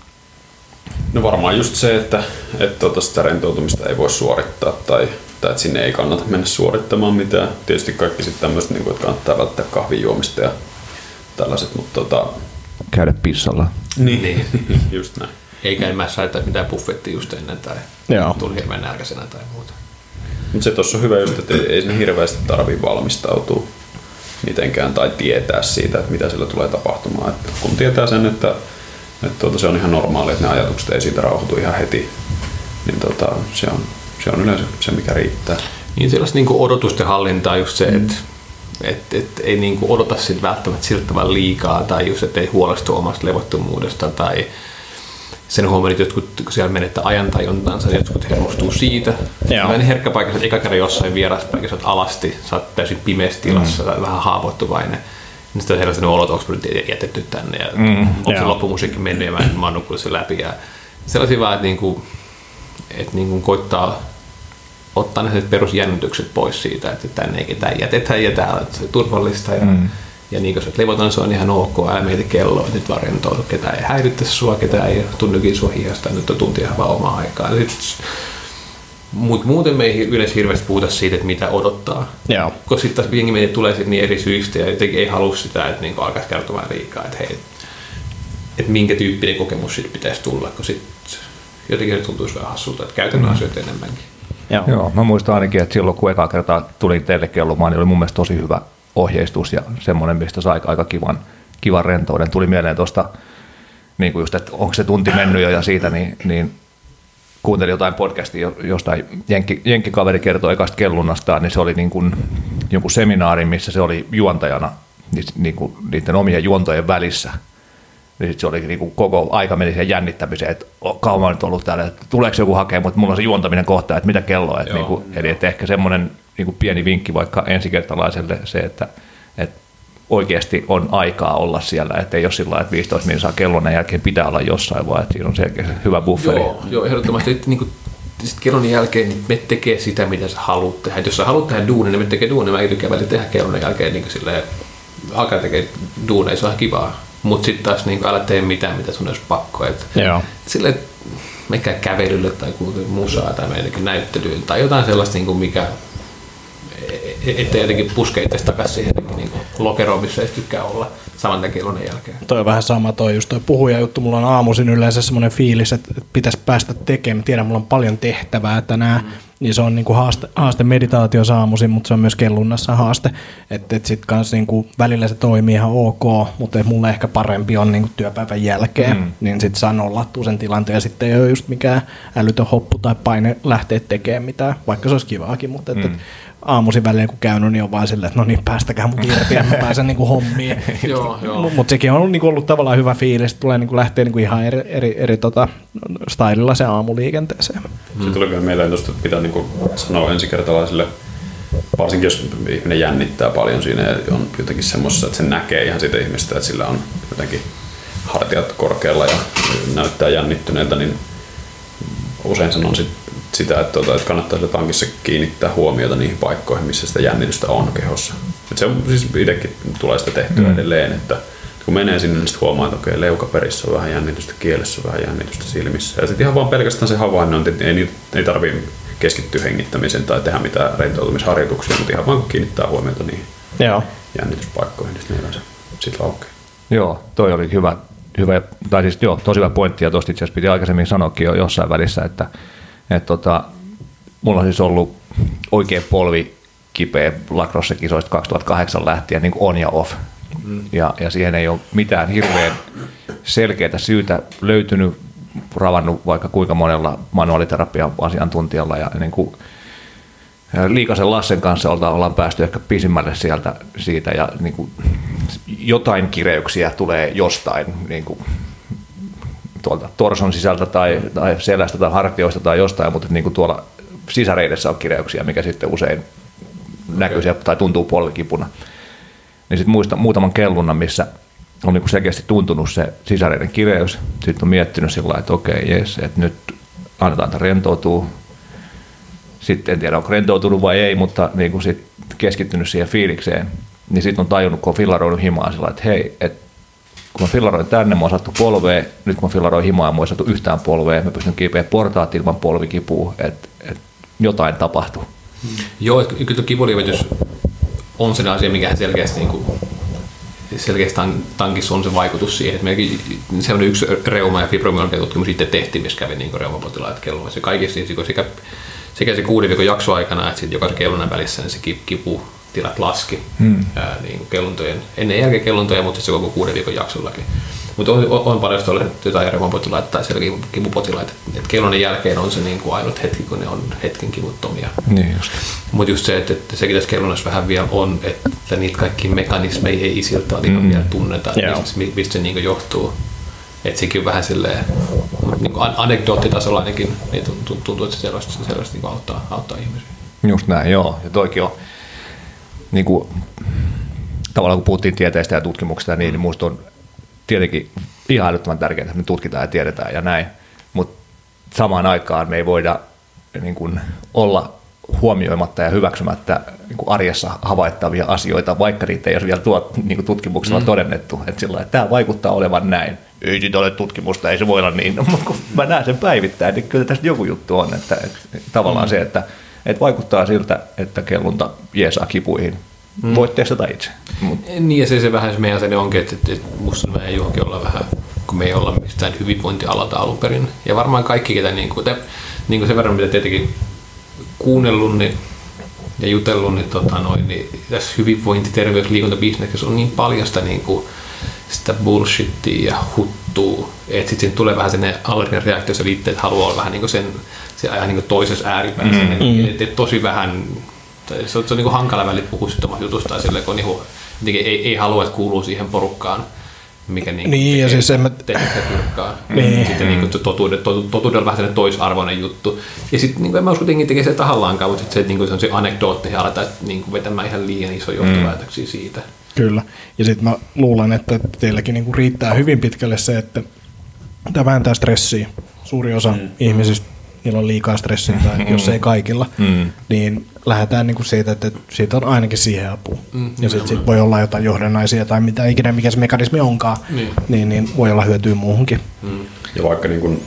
No varmaan just se, että sitä rentoutumista ei voi suorittaa tai että sinne ei kannata mennä suorittamaan mitään. Tietysti kaikki sitten tämmöiset, että kannattaa välttää kahvin juomista ja tällaiset, mutta käydä pissalla. Niin, just näin. Ei käymässä saada mitään buffettia just ennen tai tuli hirveän nälkäisenä tai muuta. Mutta se tuossa on hyvä just, että ei sinne hirveästi tarvitse valmistautua mitenkään tai tietää siitä, että mitä sillä tulee tapahtumaan. Että kun tietää sen, että se on ihan normaali, että ne ajatukset ei siitä rauhoitu ihan heti, niin se on yleensä se, mikä riittää. Niin sellaista niin odotusten hallintaa just se, että ei niin odota sit välttämättä siltä tavalla liikaa tai just, että ei huolestu omasta levottomuudesta tai sen huomioon, että jotkut kun siellä menettää ajantajuntansa, niin jotkut hermostuu siitä. Vähän herkkä paikassa, että eka kerran jossain vieraspaikassa olet alasti, sä oot täysin pimeässä tilassa tai vähän haavoittuvainen. Niin sitten on sellainen olo, että onko jätetty tänne ja onko se loppumusiikki mennyt ja mä oon nukkunut sen läpi. Ja sellaisia vaan, että koittaa ottaa ne perusjännitykset pois siitä, että tänne ei ketään jätetä ja täällä on turvallista. Ja niin kuin levoton, se on ihan ok, älä mieti kelloa, nyt vaan rentoudu, ketään ei häirittäisi sua, ketään ei tunnukin sua hiasta, nyt on tunti ihan vaan omaa aikaa. Mutta muuten me ei yleensä hirveästi puhuta siitä, että mitä odottaa. Koska sitten taas jengi meille tulee niin eri syistä ja jotenkin ei halua sitä, että niin alkaisi kertomaan liikaa, että hei, että minkä tyyppinen kokemus siitä pitäisi tulla, kun sitten jotenkin se tuntuisi vähän hassulta, että käytännön asioita enemmänkin. Joo, mä muistan ainakin, että silloin kun eka kertaa tulin teille kellumaan, niin oli mun mielestä tosi hyvä ohjeistus ja semmoinen, mistä sai aika kivan rentouden. Tuli mieleen tuosta, niin kuin just, että onko se tunti mennyt jo ja siitä, niin kuuntelin jotain podcastia, jostain jenkkikaveri kertoi ekasta kellunnastaan, niin se oli niin kuin jonkun seminaari, missä se oli juontajana niin kuin niiden omien juontojen välissä. Niin sitten se oli niin kuin koko aika meni siihen jännittämiseen, että kauan nyt ollut täällä, että tuleeko joku hakea, mutta mulla on se juontaminen kohta, että mitä kello on. Niin eli että ehkä semmoinen niin kuin pieni vinkki vaikka ensikertalaiselle se, että oikeasti on aikaa olla siellä, että ei ole sillä lailla, että 15 minuuttia kellon jälkeen pitää olla jossain, vaan että siinä on selkeä hyvä bufferi. Joo, ehdottomasti. Että niin sit kellon jälkeen niin me tekee sitä, mitä sä haluat tehdä. Et jos sä haluat tehdä duunia, niin me tekee duunia. Mä ei tykkää välillä tehdä kellon jälkeen niin silleen, alkaa tekee duunia, se on kivaa. Mutta sitten taas niin älä tee mitään, mitä sun olisi pakko. Silleen, me käy kävelylle tai kuuntele musaa tai meidänkin näyttelyyn tai jotain sellaista, niin kuin mikä ettei jotenkin puske itse takaisin siihen niin lokeroon, missä ei tykkää olla saman kellon jälkeen. Toi on vähän sama toi puhuja juttu. Mulla on aamuisin yleensä semmoinen fiilis, että pitäisi päästä tekemään. Tiedän, mulla on paljon tehtävää tänään, niin se on niinku haaste meditaatiossa aamuisin, mutta se on myös kellunnassa haaste. Että sitten kanssa niinku välillä se toimii ihan ok, mutta mulle ehkä parempi on niinku työpäivän jälkeen, niin sitten saa nollattua sen tilanteen ja sitten ei ole just mikään älytön hoppu tai paine lähteä tekemään mitään, vaikka se olisi kivaakin, mutta aamuisin väliin kun käynyt, niin on vaan silleen, että no niin, päästäkää mut irti ja mä pääsen niinku hommiin. Mutta sekin on niinku ollut tavallaan hyvä fiilis, tulee niinku lähteä niinku ihan eri stylilla se aamuliikenteeseen. Se tuli vielä mieleen tuosta, että pitää niinku sanoa ensikertalaisille, varsinkin jos ihminen jännittää paljon siinä ja on jotenkin semmoisessa, että se näkee ihan siitä ihmistä, että sillä on jotenkin hartiat korkealla ja näyttää jännittyneeltä, niin usein sanon sitä, että kannattaa sillä tankissa kiinnittää huomiota niihin paikkoihin, missä sitä jännitystä on kehossa. Et se on siis itsekin tulee sitä tehtyä edelleen, että kun menee sinne, niin sitten huomaa, että okei, leukaperissä on vähän jännitystä, kielessä on vähän jännitystä silmissä. Ja sitten ihan vaan pelkästään se havainnointi, että ei tarvitse keskittyä hengittämiseen tai tehdä mitään rentoutumisharjoituksia, mutta ihan vaan kiinnittää huomiota niihin jännityspaikkoihin, niin yleensä sitten laukeaa. Joo, toi oli hyvä, tai siis tosi hyvä pointti, ja tuosta itse asiassa piti aikaisemmin sanoakin jo jossain välissä, että mulla on siis ollut oikein polvi kipeä lacrosse-kisoista 2008 lähtien niin kuin on ja off. Ja siihen ei ole mitään hirveän selkeää syytä löytynyt, ravannut vaikka kuinka monella manuaaliterapian-asiantuntijalla. Ja niin kuin Liikasen Lassen kanssa ollaan päästy ehkä pisimmälle siitä. Ja niin kuin jotain kireyksiä tulee jostain, niin kuin tuolta torson sisältä tai selästä tai hartioista tai jostain, mutta niin kuin tuolla sisäreidessä on kireyksiä, mikä sitten usein näkyy tai tuntuu polvikipuna. Niin sitten muistan muutaman kellunnan, missä on niin selkeästi tuntunut se sisäreiden kireys. Sitten on miettinyt sillä lailla, että okei, jes, että nyt annetaan tämän rentoutua. Sitten en tiedä, onko rentoutunut vai ei, mutta niin kuin sit keskittynyt siihen fiilikseen. Niin sitten on tajunnut, kun on fillaroinut himaa sillä lailla, että hei, että kun mä fillaroin tänne, mä oon sattu polveen, nyt kun mä fillaroin himaa, mä oon sattu yhtään polveen, mä pystyn kiipeämään portaat ilman polvikipua, että jotain tapahtuu. Joo, kyllä kipuliivetys on se asia, mikä selkeästi, selkeästi tankissa on se vaikutus siihen. Että se on yksi reuma- ja fibromyalgia-tutkimus itse tehtiin, missä kävi niin reumapotilaat kellumassa. Kaikissa sekä se 6 viikon jaksoaikana että sitten jokaisen kellunnan välissä niin se kiputilat laski niin kelluntojen, ennen jälkeen kelluntoja, mutta se koko 6 viikon jaksollakin. Mutta on paljon jotain reumapotilaita tai siellä kipupotilaita, että kellunnan jälkeen on se niin kuin ainut hetki, kun ne on hetken kivuttomia. Niin Mutta just se, että sekin tässä kellunnassa vähän vielä on, että niitä kaikki mekanismeja ei isiltä ihan vielä tunneta, mistä se niin johtuu. Että sekin on vähän silleen, niin anekdoottitasolla ainakin, niin tuntuu, että se selvästi niin auttaa ihmisiä. Just näin, joo. Ja toikin on, niin kuin, tavallaan kun puhuttiin tieteestä ja tutkimuksesta, niin minusta on tietenkin ihan älyttömän tärkeää, että me tutkitaan ja tiedetään ja näin, mutta samaan aikaan me ei voida niin kuin, olla huomioimatta ja hyväksymättä niin kuin arjessa havaittavia asioita, vaikka niitä ei ole vielä niin kuin tutkimuksella todennettu, että sillä että tämä vaikuttaa olevan näin. Ei siitä ole tutkimusta, ei se voi olla niin, no, mutta kun mä näen sen päivittäin, niin kyllä tästä joku juttu on, että tavallaan se, että vaikuttaa siltä, että kellunta jeesaa kipuihin. Voit testata itse. Niin ja se vähän se meidän asenne onkin, että musta me ei johonkin olla vähän, kun me ei olla mistään hyvinvointialalta alun perin. Ja varmaan kaikki, ketä niin kuin sen verran, mitä tietenkin kuunnellut ja jutellut, niin tässä hyvinvointi-, terveys-, liikuntabisneksessä on niin paljon sitä, niin kuin, sitä bullshittia ja huttua, että sitten tulee vähän sellainen allerginen reaktio, se liittyy, että haluaa olla vähän niin kuin se ajan niin kuin toisessa ääripäässä. Että tosi vähän, se on niin kuin hankala väli puhua sitten omasta jutusta, silleen, kun niin ei halua, että kuuluu siihen porukkaan, mikä niin, ja siis tekee fyrkkaa. Sitten niin totuudella vähän sellainen toisarvoinen juttu. Ja sitten niin en mä usko, että tekee se tahallaankaan, mutta se, niin se on se anekdootti ja aletaan niin vetämään ihan liian iso johtopäätöksiä siitä. Kyllä. Ja sitten mä luulen, että teilläkin niin riittää hyvin pitkälle se, että tämä vääntää stressiä. Suuri osa ihmisistä, niillä on liikaa stressiä, tai jos ei kaikilla, niin lähdetään niin kuin siitä, että siitä on ainakin siihen apua. Ja sitten voi olla jotain johdannaisia tai mitä ikinä, mikä se mekanismi onkaan, niin voi olla hyötyä muuhunkin. Ja vaikka niin kuin,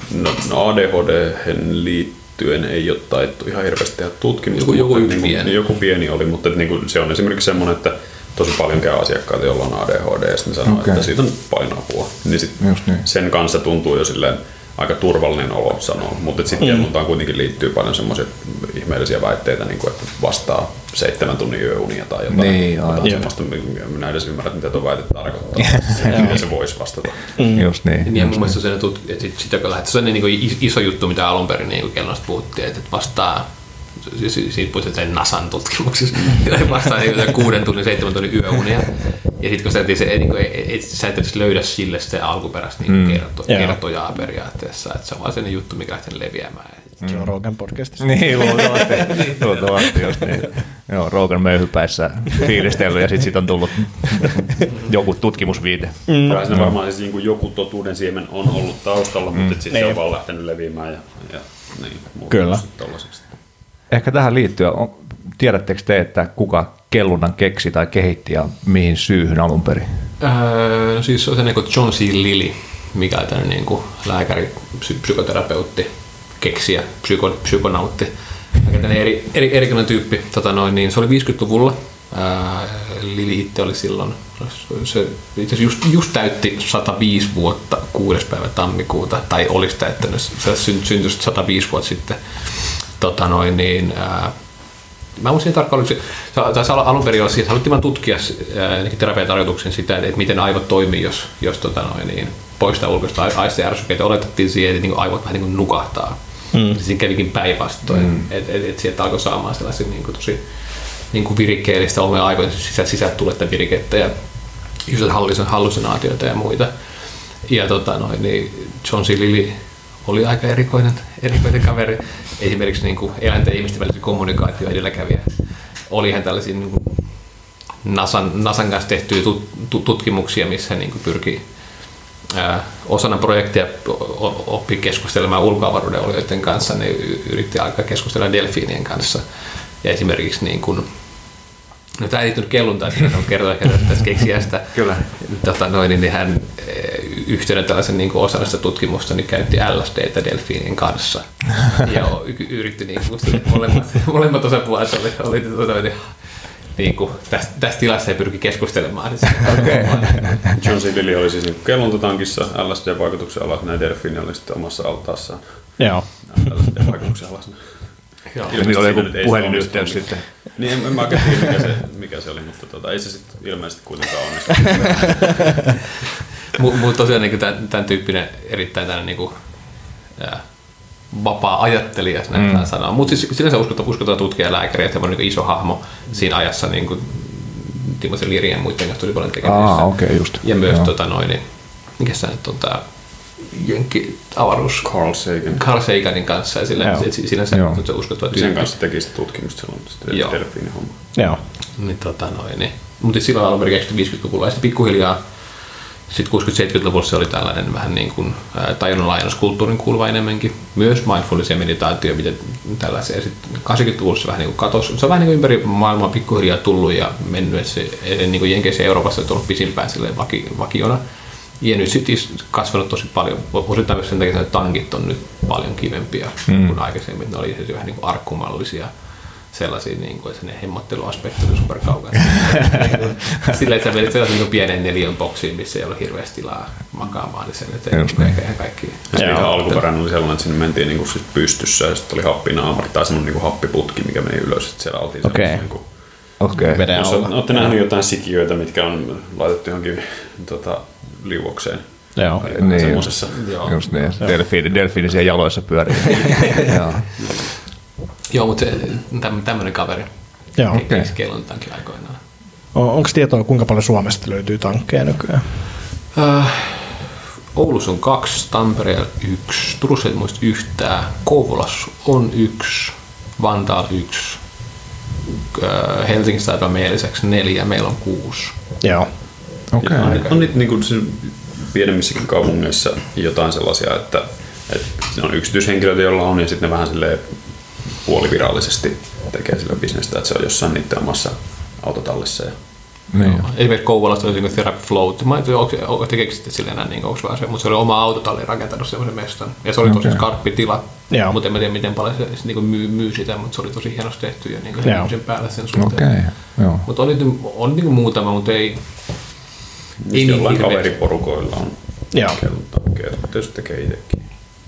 ADHD:hen liittyen ei ole taittu ihan hirveästi tehdä tutkimusta. Joku pieni oli, mutta niin kuin, se on esimerkiksi semmoinen, että tosi paljon käy asiakkaita, joilla on ADHD, ja sitten ne sanoo, että siitä on painoapua. Niin sen kanssa tuntuu jo silleen aika turvallinen olo sanoa, mutta sitten kelluntaan kuitenkin liittyy paljon semmoisia ihmeellisiä väitteitä, niin kuin, että vastaa 7 tunnin yöunia tai jotain. Niin, semmoista, minä edes ymmärrän, mitä tuo väite tarkoittaa, miten se voisi vastata. Just niin. Ja mun mielestä se on niin iso juttu, mitä alun perin niin kellunasta puhuttiin, että vastaa, siitä puhuttiin NASAn tutkimuksessa, vastaa 6 tunnin, 7 tunnin yöunia. Ja sitten kun sä et edes löydä sille sitä alkuperäistä niin kertojaa periaatteessa, että se on vaan sellainen juttu, mikä lähtee leviämään. Joe Rogan podcastissa. Niin, luultavasti just niin. Joo, Rogan möyhypäissä fiilistellyt ja sitten on tullut joku tutkimusviite. Kyllä siinä varmaan siis niin joku totuuden siemen on ollut taustalla, mutta sitten se on vaan lähtenyt leviämään ja niin, kyllä. Ehkä tähän liittyen, tiedättekö te, että kuka kellunnan keksi tai kehitti ja mihin syyhyn alun perin? Siis se on se niin kuin John C. Lilly, mikä on tämmöinen niin kuin lääkäri, psykoterapeutti, keksijä, psykonautti. Erikoinen tyyppi. Niin se oli 50-luvulla. Lilly itse oli silloin, se itse asiassa just täytti 105 vuotta 6. päivä tammikuuta, tai olisi täyttänyt, se syntyi 105 vuotta sitten. Mä muistin tarkkaan, että alun perin haluttiin vaan tutkia terapiatarjoituksen sitä, että miten aivot toimii, jos poistaa ulkoista aisteärsykkeitä. Oletettiin siihen, että niin aivot vähän niin kuin nukahtaa. Siinä kävikin päinvastoin, että sieltä alkoi saamaan sellaisia tosi virikkeellistä omia aivojen sisältä tuletta virikettä. Ja hallusinaatioita ja muita. Ja niin John C. Lilly oli aika erikoinen kaveri. Esimerkiksi niin kuin eläinten ja ihmisten välisen kommunikaatio edelläkävijä. Olihan tällaisia niin kuin NASAn kanssa tehtyjä tutkimuksia, missä hän niin kuin pyrki osana projektia oppi keskustelemaan ulkoavaruuden olijoiden kanssa, niin yritti alkaa keskustella delfiinien kanssa. Ja esimerkiksi niin kuin, no tämä ei liittynyt kelluntaan, siinä on kertoa tästä keksijästä. Kyllä. Niin hän yhtenä tällaisen niin kuin osana sitä tutkimusta niin käytti LSDtä delfiinien kanssa. Ja yritti niin kuin, molemmat osapuolet oli niin kuin, tässä tilassa ei pyrki keskustelemaan. Okay. John C. Lilly oli siis niin kelluntatankissa LSD-vaikutuksen alasena ja delfiini oli sitten omassa altaassaan. Joo. LSD-vaikutuksen alasena. Niillä oli joku puhelinyhteys sitten. Niin, en mä oikein tiedä mikä se oli, mutta ei se sitten ilmeisesti kuitenkaan onnistu. Mutta tosiaan niin tämän tyyppinen erittäin tämmöinen niin kuin, vapaa ajattelija, jos näin sanoa. Mutta siis sinänsä uskotaan tutkija ja lääkäri, että on niin iso hahmo siinä ajassa, niin kuin Timo Learyn ja muiden kanssa tuli paljon tekemistä. Okay, just. Ja myös, mikä se nyt on tämä avaruus Carl Saganin kanssa. Ja sinänsä se uskottava tyyppi. Sen kanssa teki sitä tutkimusta silloin, delfiinin homma. Joo. Niin, mutta silloin alun perin 50-luvulla ja sitten pikkuhiljaa sitten 60-70-luvulla se oli tällainen vähän niin kuin tajunnanlaajennuskulttuurin kuuluva enemmänkin. Myös mindfulness ja meditaatio, mitä tällaisia. Sitten 80-luvulla se vähän niin kuin katosi. Se on vähän niin kuin ympäri maailmaa pikkuhiljaa tullut ja mennyt, että se niin kuin Jenkeissä ja Euroopassa on tullut pisimpään vakiona. Ja nyt sitten kasvanut tosi paljon. Osittain myös sen takia, että tankit on nyt paljon kivempiä kuin aikaisemmin. Ne oli vähän niin kuin arkkumallisia. Sellaisia, niin kuin, että ne hemmotteluaspekti oli super kaukana. Sillä, että sä vedit sellaisen niin pienen 4 boksiin, missä ei ole hirveästi tilaa makaamaan, niin sen eteen ehkä ihan kaikki. Ihan alkuperäinen oli sellainen, että sinne mentiin niin kuin siis pystyssä ja sitten oli happinaamari tai semmoinen niin kuin happiputki, mikä meni ylös, että siellä oltiin sellaisen niin kuin jos olette nähneet jotain sikiöitä, mitkä on laitettu johonkin liuokseen. Joo, niin semmoisessa. Just niin, delfiini siellä jaloissa pyörii. Joo, mutta tämmöinen kaveri. Joo. Keksi kellontaankin aikoinaan. Onko tietoa, kuinka paljon Suomesta löytyy tankkeja nykyään? Oulussa on 2, Tampereella 1, Turussa ei muista yhtään, Kouvolassa on 1, Vantaalla 1, Helsingissä taitaa meidän lisäksi 4, meillä on 6. Joo. Okay. On niitä niin kuin pienemmissäkin kaupungeissa jotain sellaisia, että on yksityishenkilöitä, joilla on, ja sitten ne vähän silleen puolivirallisesti tekee sillä bisnestä, että se on jossain niiden omassa autotallissa. Niin. Esimerkiksi Kouvolasta oli Therapy Float. Mä en tiedä, tekeekö sitten sillä enää niin onko se, mutta se oli oma autotalli rakentanut semmoisen mestan. Ja se oli tosi skarppi tila, mutta en tiedä miten paljon se niin myy sitä, mutta se oli tosi hienosti tehty ja niin sen päällä sen suhteen. Mutta on niin muutama, mutta ei niin jollain kaveriporukoilla on kellontankkeja, tietysti tekee itsekin.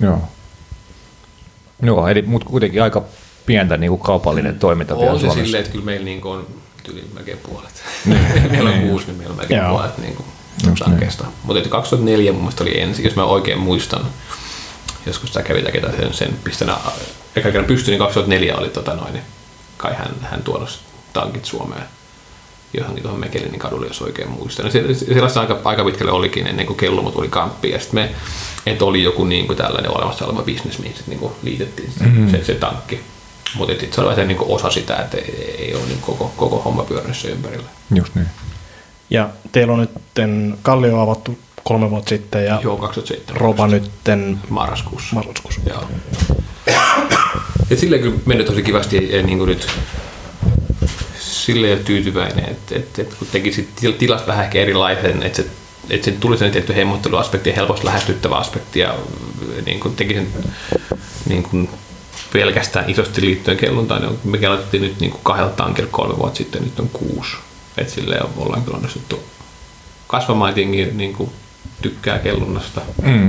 Joo, eli mutta kuitenkin aika pientä niin kuin kaupallinen toiminta vielä Suomessa. On se silleen, että kyllä meillä niin on yli melkein puolet. Meillä on 6, niin meillä on melkein puolet niin tankkeista. Mutta 2004 mun mielestä oli ensin, jos mä oikein muistan. Joskus sä kävit sen pistänä eka kerran pystyyn, niin 2004 oli kai hän tuonut tankit Suomeen johonkin tuohon Mekelinin kadulle, jos oikein muistan. Sellaista aika pitkälle olikin ennen kuin Kellumot tuli kamppiin. Ja sitten että oli joku niin kuin tällainen olemassa oleva bisnes, mihin sitten niin liitettiin se tankki. Mutta se oli niin osa sitä, että ei ole niin koko homma pyörinyt ympärillä. Just niin. Ja teillä on nyt Kallio avattu 3 vuotta sitten ja 2007. Roba nytten marraskuussa. Joo. Ja silleen kyllä mennyt tosi kivasti ei niin kuin nyt silleen tyytyväinen, että kun teki tilasta vähän ehkä erilaisen, että se tuli sen tietty hemmotteluaspekti ja helposti lähestyttävä aspekti ja niin kuin teki sen niin kuin pelkästään isosti liittyen kelluntaan. Me aloitettiin nyt niin kuin 2 tankilla 3 vuotta sitten, nyt on 6. Että silleen ollaan kyllä onnistuttu kasvamaan, niin kuin tykkää kellunnasta.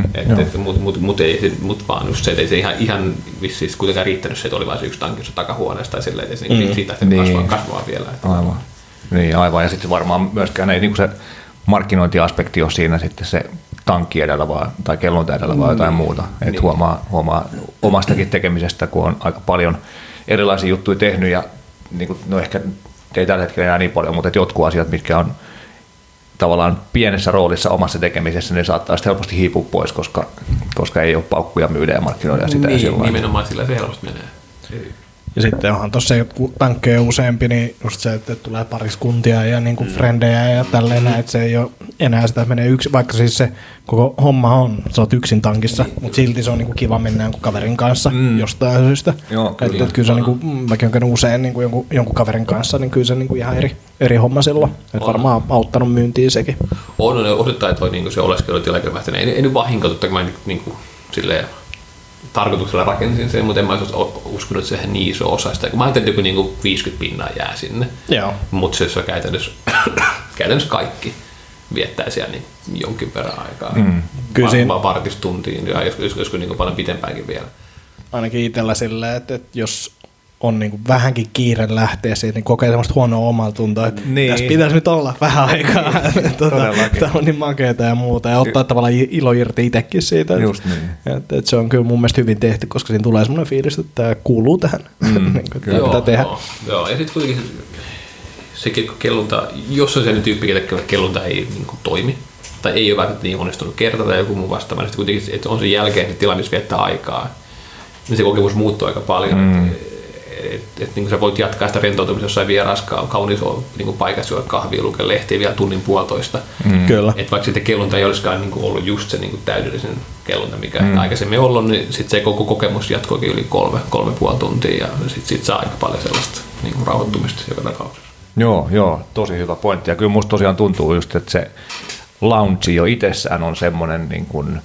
Mutta vaan just se, että ei se ihan vissiin kuitenkaan riittänyt se, että oli vain se 1 tankki takahuoneesta tai silleen, että se siitä kasvaa vielä. Aivan. Ja sitten varmaan myöskään ei niin kuin se markkinointiaspekti ole siinä sitten se tankki edellä tai kellunta edellä vai jotain muuta. Että huomaa omastakin tekemisestä, kun on aika paljon erilaisia juttuja tehnyt ja niin kuin, no ehkä ei tällä hetkellä enää niin paljon, mutta jotkut asiat, mitkä on tavallaan pienessä roolissa omassa tekemisessä, niin saattaa sitten helposti hiipua pois, koska ei ole paukkuja myydä ja markkinoida sitä. Niin, nimenomaan sillä se helposti menee. Ja sitten onhan tuossa, kun tankkeja useampi, niin just se, että tulee pariskuntia ja niin kuin frendejä ja tälleen näin, että se ei ole enää sitä, että menee yksin, vaikka siis se koko homma on, sä oot yksin tankissa, mutta silti se on niin kuin kiva mennä jonkun kaverin kanssa jostain syystä. Joo, kyllä. Että kyllä se on, niin kuin, mäkin olen käynyt usein niin kuin jonkun kaverin kanssa, niin kyllä se on niin kuin ihan eri homma silloin. Että varmaan auttanut myyntiin sekin. On osittain toi niin kuin se oleskelutila, ei nyt vahinko, totta kai mä niin kuin silleen tarkoituksella rakensin sen, mutta en mä olisi uskonut, että se on niin iso osa sitä. Kun mä ajattelin, että joku 50 pinnaa jää sinne, mutta se on käytännössä kaikki viettää siellä niin jonkin verran aikaa. Kyllä vartistuntiin ja joskus niin paljon pitempäänkin vielä. Ainakin itsellä silleen, että jos on niin kuin vähänkin kiire lähteä siitä, niin kokee semmoista huonoa omaltuntoa, että tässä pitäisi nyt olla vähän aikaa. Tämä on niin makeata ja muuta, ja ottaa tavallaan ilo irti itsekin siitä. Just niin. Että se on kyllä mun mielestä hyvin tehty, koska siinä tulee semmoinen fiilis, että tämä kuuluu tähän. Kyllä pitää tehdä. Joo, ja sitten kuitenkin sekin, kun kellunta, jos on sellainen tyyppi, että kellunta ei niin kuin toimi, tai ei ole välttämättä niin onnistunut kerta tai joku muu vastaava, niin kuitenkin, että on sen jälkeen se tila, missä viettää aikaa, niin se kokemus muuttuu aika paljon. Että niin sä voit jatkaa sitä rentoutumista jossain vieras kauniissa niin paikassa, juoda kahvia, lukea lehtiä vielä tunnin puolitoista. Kyllä. Että vaikka sitten kellunta ei olisikaan niin ollut just se niin täydellisen kellunta, mikä aikaisemmin ollut, niin sitten se koko kokemus jatkoikin yli 3,5 tuntia ja sitten saa aika paljon sellaista niin rauhoittumista joka tapauksessa. Joo, tosi hyvä pointti. Ja kyllä musta tosiaan tuntuu just, että se lounge jo itsessään on semmoinen niin kuin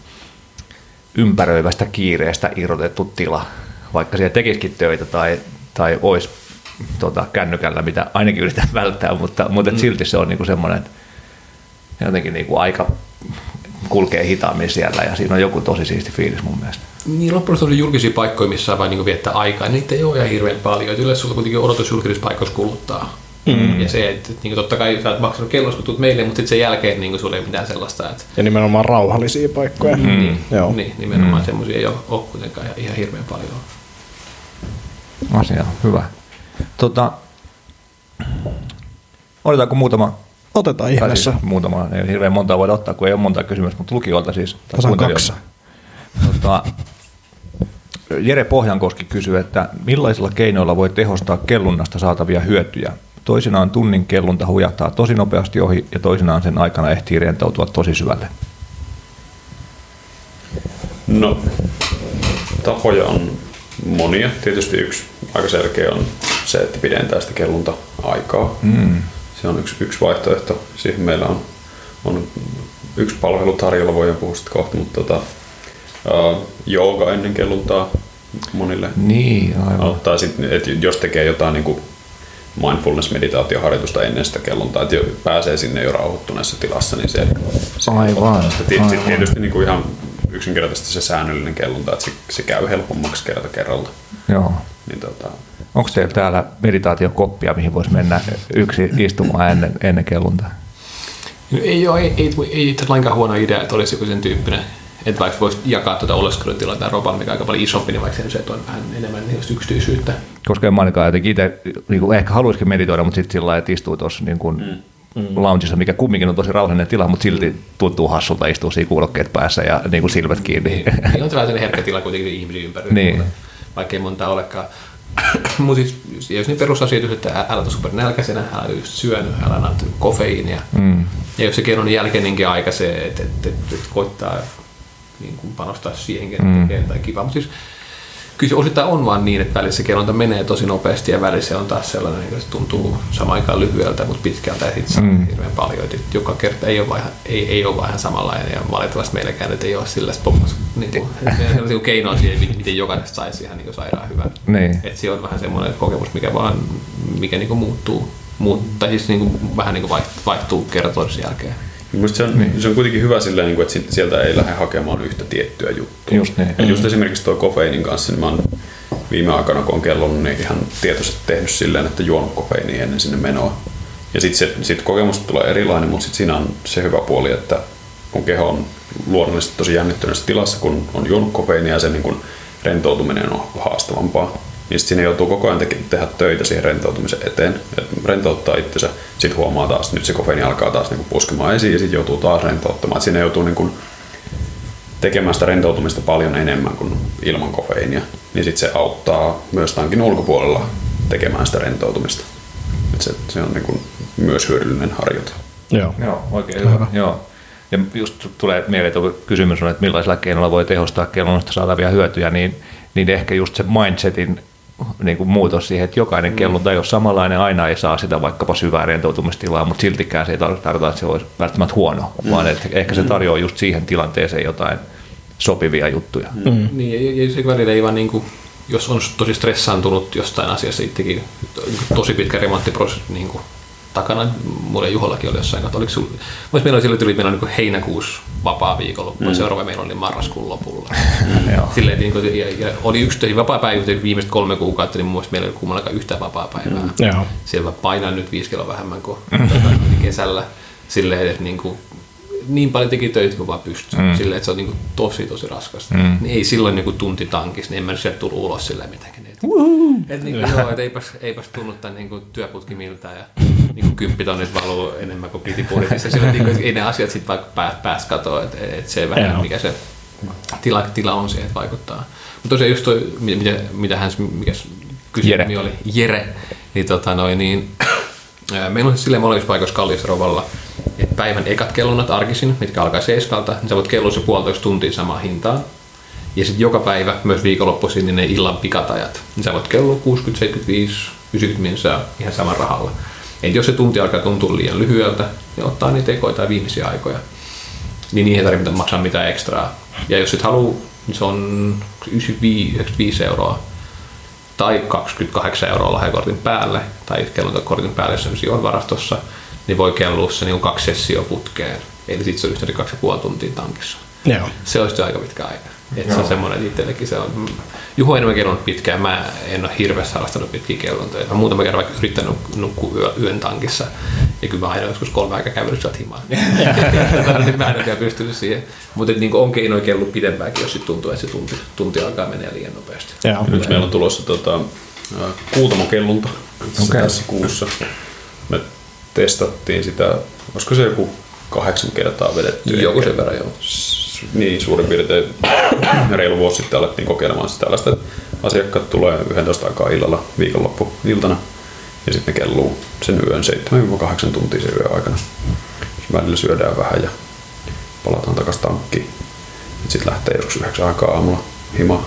ympäröivästä kiireestä irrotettu tila, vaikka siellä tekisikin töitä tai olisi kännykällä, mitä ainakin yritän välttää, mutta silti se on niinku semmoinen, että jotenkin niinku aika kulkee hitaammin siellä ja siinä on joku tosi siisti fiilis mun mielestä. Niin loppujen lopuksi julkisia paikkoja, missä saa vain niinku viettää aikaa, niin niitä ei ole ihan hirveän paljon. Yleensä sulla kuitenkin odotus julkisissa paikoissa kuluttaa. Ja se, että niin totta kai sä oot maksanut kellossa, kun tulet meille, mutta sitten sen jälkeen niin sulla ei ole mitään sellaista. Että ja nimenomaan rauhallisia paikkoja. Niin, nimenomaan semmoisia ei ole kuitenkaan ihan hirveän paljon. Asia, hyvä. Otetaanko muutama? Otetaan ihmeessä. Siis muutama, ei hirveän montaa voida ottaa, kun ei ole montaa kysymystä, mutta lukijoilta siis. Tasan 2. Jere Pohjankoski kysyy, että millaisilla keinoilla voi tehostaa kellunnasta saatavia hyötyjä? Toisinaan tunnin kellunta hujahtaa tosi nopeasti ohi ja toisinaan sen aikana ehtii rentoutua tosi syvälle. No, tapoja on monia. Tietysti yksi aika selkeä on se, että pidentää sitä kellunta-aikaa. Se on yksi vaihtoehto. Siihen meillä on yksi palvelu tarjolla, voidaan puhua sitten kohta, mutta jooga ennen kelluntaa monille. Niin, aivan. Tai sitten, että jos tekee jotain niin kuin mindfulness-meditaatioharjoitusta ennen sitä kelluntaa, että pääsee sinne jo rauhoittuneessa tilassa, niin se aivan. Sitten tietysti niin kuin ihan yksinkertaisesti se säännöllinen kellunta, että se käy helpommaksi kerta kerralta. Joo. Niin, onko teillä täällä meditaatiokoppia, mihin voisi mennä yksi istumaan ennen kelluntaa? No, ei lainkaan huono idea, että olisi joku sen tyyppinen. Että vaikka voisi jakaa tuota oleskelutilaa tai roban, mikä on aika paljon isompi, niin vaikka se on vähän enemmän yksityisyyttä. Koska en mainikaan jotenkin itse, niin ehkä haluaisikin meditoida, mutta sitten sillä lailla, että istuu tuossa niin loungeissa, mikä kumminkin on tosi rauhallinen tila, mutta silti tuntuu hassulta istua siinä kuulokkeet päässä ja niin kuin silmät kiinni. Niin on sellainen herkkä tila kuitenkin ihmisiä ympärillä, niin. Vaikka ei montaa olekaan. Mutta siis, jos niin perusasiat, että älä ole super nälkäisenä, älä just syönyt, älä nauttinut kofeiinia. Ja jos se kerron jälkeenkin aika se, että koittaa niin kuin panostaa siihenkin, että tekee jotain kivaa. Mutta siis, kyllä se osittain on vaan niin, että välissä se kellonta menee tosi nopeasti ja välissä on taas sellainen, että se tuntuu samaan aikaan lyhyeltä, mutta pitkältä ja sitten hirveän paljon. Että joka kerta ei ole vaan ihan samanlainen ja valitettavasti meilläkään että ei ole sillä niin keinoa siihen, miten jokaisesta saisi ihan niin sairaan hyvän. Niin. Että se on vähän semmoinen kokemus, mikä niin muuttuu, tai siis niin vähän niin vaihtuu kerta toisen jälkeen. Minusta se on kuitenkin hyvä silleen, että sieltä ei lähde hakemaan yhtä tiettyä juttua. Just niin. Ja just esimerkiksi tuo kofeiinin kanssa, niin mä oon viime aikana, kun on kellonnut, niin ihan tietoisesti tehnyt silleen, että juonut kofeiinia ennen sinne menoa. Ja sitten kokemus tulee erilainen, mutta sitten siinä on se hyvä puoli, että kun keho on luonnollisesti tosi jännittyneessä tilassa, kun on juonut kofeiinia ja se niin kun rentoutuminen on haastavampaa. niin siinä joutuu koko ajan tehdä töitä siihen rentoutumisen eteen. Et rentouttaa itsensä, sitten huomaa taas, että nyt se kofeiini alkaa taas niinku puskemaan esiin ja sitten joutuu taas rentouttamaan. Et siinä joutuu niinku tekemään sitä rentoutumista paljon enemmän kuin ilman kofeiinia. Niin sitten se auttaa myös tankin ulkopuolella tekemään sitä rentoutumista. Et se on niinku myös hyödyllinen harjoite. Joo, oikein hyvä. Joo. Ja just tulee mieleen, että kysymys on, että millaisilla keinoilla voi tehostaa kellonnasta saatavia hyötyjä, niin ehkä just se mindsetin niin kuin muutos siihen, että jokainen kellunta ei ole samanlainen, aina ei saa sitä vaikkapa syvää rentoutumistilaa, mutta siltikään se ei tarkoita, että se olisi välttämättä huono, vaan että ehkä se tarjoaa just siihen tilanteeseen jotain sopivia juttuja. Niin, ja se välillä ei vaan niin kuin, jos on tosi stressaantunut jostain asiasta itsekin, tosi pitkä remonttiprosessi niin kuin takana, mulla Juhollakin oli jossain kohtaa. Meillä oli niin heinäkuussa vapaa viikonloppu, seuraava meillä oli marraskuun lopulla. Silleen, ja oli yksi vapaa päivä, viimeiset 3 kuukautta, niin mun mielestä meillä ei ole kummallakaan yhtään vapaa päivää. Siellä painan nyt 5 kiloa vähemmän kuin kesällä. Silleen, että niin paljon teki töitä kuin vaan pystyy. Silleen, että se on tosi raskasta. Niin ei silloin tunti tankissa, niin en mä nyt sieltä tullut ulos silleen mitään. Eipäs tunnuttaa työputki miltään ja 10 tonnit valuu enemmän kuin piti budjetissa. Ei ne asiat sitten vaikka pääs katoa, että se vähän mikä se tila on siihen, että vaikuttaa. Mutta tosiaan just toi, mikä kysymys oli, Jere, niin meillä on silleen molemmissa paikoissa Kalliossa Rovalla, että päivän ekat kellunat arkisin, mitkä alkaa 7, niin sä voit kellua se 1,5 tuntia samaan hintaan. Ja sitten joka päivä, myös viikonloppuisin, niin ne illan pikatajat. Niin sä voit kellua 60, 75, 90 minsaa ihan saman rahalla. Et jos se tunti alkaa tuntua liian lyhyeltä, niin ottaa niitä ekoita viimeisiä aikoja. Niin niihin ei tarvitse maksaa mitään ekstraa. Ja jos et halua, niin se on 95 euroa tai 28 euroa lahjakortin päälle, tai kellontakortin päälle, jos se on varastossa, niin voi kellua se niin 2 sessioa putkeen. Eli sitten se on yhtä 2,5 tuntia tankissa. Joo. Se olisi aika pitkä aika. Että se on semmoinen, että itsellekin se on. Juho on enemmän kellonut pitkään, mä en ole hirveästi harrastanut pitkiä kellontoja. Mä muutama kerran vaikka yrittänyt nukkua yön tankissa, ja kyllä mä aina joskus 3 aikaa kävellyt sieltä himaan. Mä en ole vielä pystynyt siihen. Mutta niin on keinoja kellut pidempäänkin, jos sit tuntuu, että se tunti alkaa menee liian nopeasti. Nyt meillä on tulossa kuutamokellunta tässä kuussa. Me testattiin sitä, olisiko se joku 8 kertaa vedetty. Joku sen verran, joo. Niin, suurin piirtein reilu vuosi sitten alettiin kokeilemaan tällaista, että asiakkaat tulee 11 aikaa illalla viikonloppuiltana ja sitten ne kelluu sen yön 7-8 tuntia sen yön aikana. Välillä syödään vähän ja palataan takaisin tankkiin. Sitten lähtee joskus 9 aikaa aamulla himaan.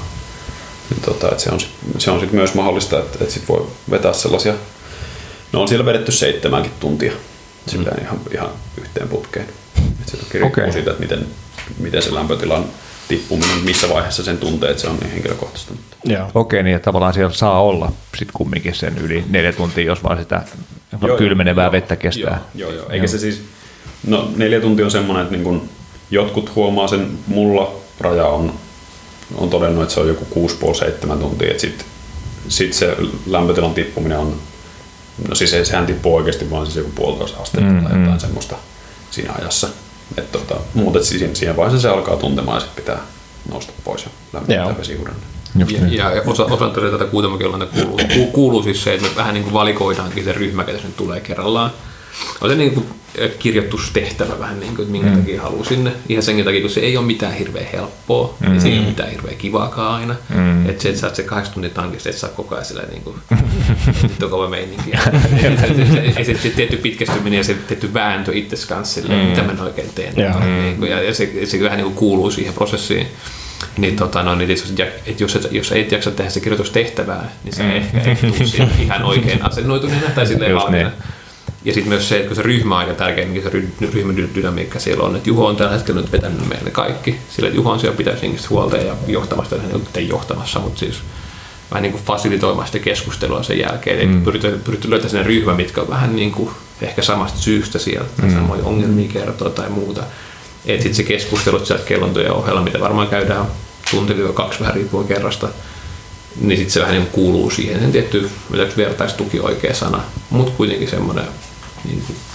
Se on sitten myös mahdollista, että sit voi vetää sellaisia. No on siellä vedetty 7 tuntia silleen ihan yhteen putkeen. Se riippuu siitä, että miten se lämpötilan tippuminen, missä vaiheessa sen tuntee, että se on niin henkilökohtaista. Okei, niin tavallaan siellä saa olla sitten kumminkin sen yli 4 tuntia, jos vaan sitä kylmenevää vettä kestää. Joo. Eikä se siis, 4 tuntia on semmoinen, että niin kun jotkut huomaa sen, mulla raja on todennut, että se on joku 6,5-7 tuntia, että sit se lämpötilan tippuminen on, no siis sehän tippuu oikeasti vaan siis joku 1,5 astetta tai jotain semmoista siinä ajassa. Mutta siinä vaiheessa se alkaa tuntemaan ja sitten pitää nousta pois ja lämmittää vesihuudelle. Ja osan tätä kuutamokeulanta kuuluu siis se, että me vähän niin kuin valikoidaankin se ryhmä, ketä sen tulee kerrallaan. On se niin kuin kirjoitustehtävä vähän niin kuin, että minkä takia haluaa sinne. Ihan senkin takia, kun se ei ole mitään hirveän helppoa, niin se ei ole mitään hirveän kivaakaan aina. Että se, että saat se 8 tuntia tankista, et saa koko ajan silleen niin kuin, nyt on kova meininki. Ja se tietty pitkästyminen ja se tietty vääntö itsesi kanssa silleen, mitä mä oikein teen. Ja se vähän niin kuin kuuluu siihen prosessiin. Niin, jos et jaksa tehdä se kirjoitustehtävää, niin se ehkä ei tule siihen ihan oikein asennoituneena tai silleen valmiina. Ja sitten myös se, että kun se ryhmä on aika tärkeä, mikä se ryhmän dynamiikka siellä on, että Juho on tällä hetkellä nyt vetänyt meille kaikki. Sillä, että Juho on siellä pitäisi henkistä huolta ja johtamasta, ei johtamassa, mutta siis vähän niin kuin fasilitoimaan sitä keskustelua sen jälkeen. Eli pyritty löytämään sinne ryhmä, mitkä on vähän niin kuin ehkä samasta syystä sieltä, tai samoja ongelmia kertoo tai muuta. Että sitten se keskustelut sieltä kellontojen ohella, mitä varmaan käydään tunti-2 vähän riippuen kerrasta, niin sitten se vähän niin kuuluu siihen. Sen tietty vertaistuki oikea sana, mutta kuitenkin semmoinen niin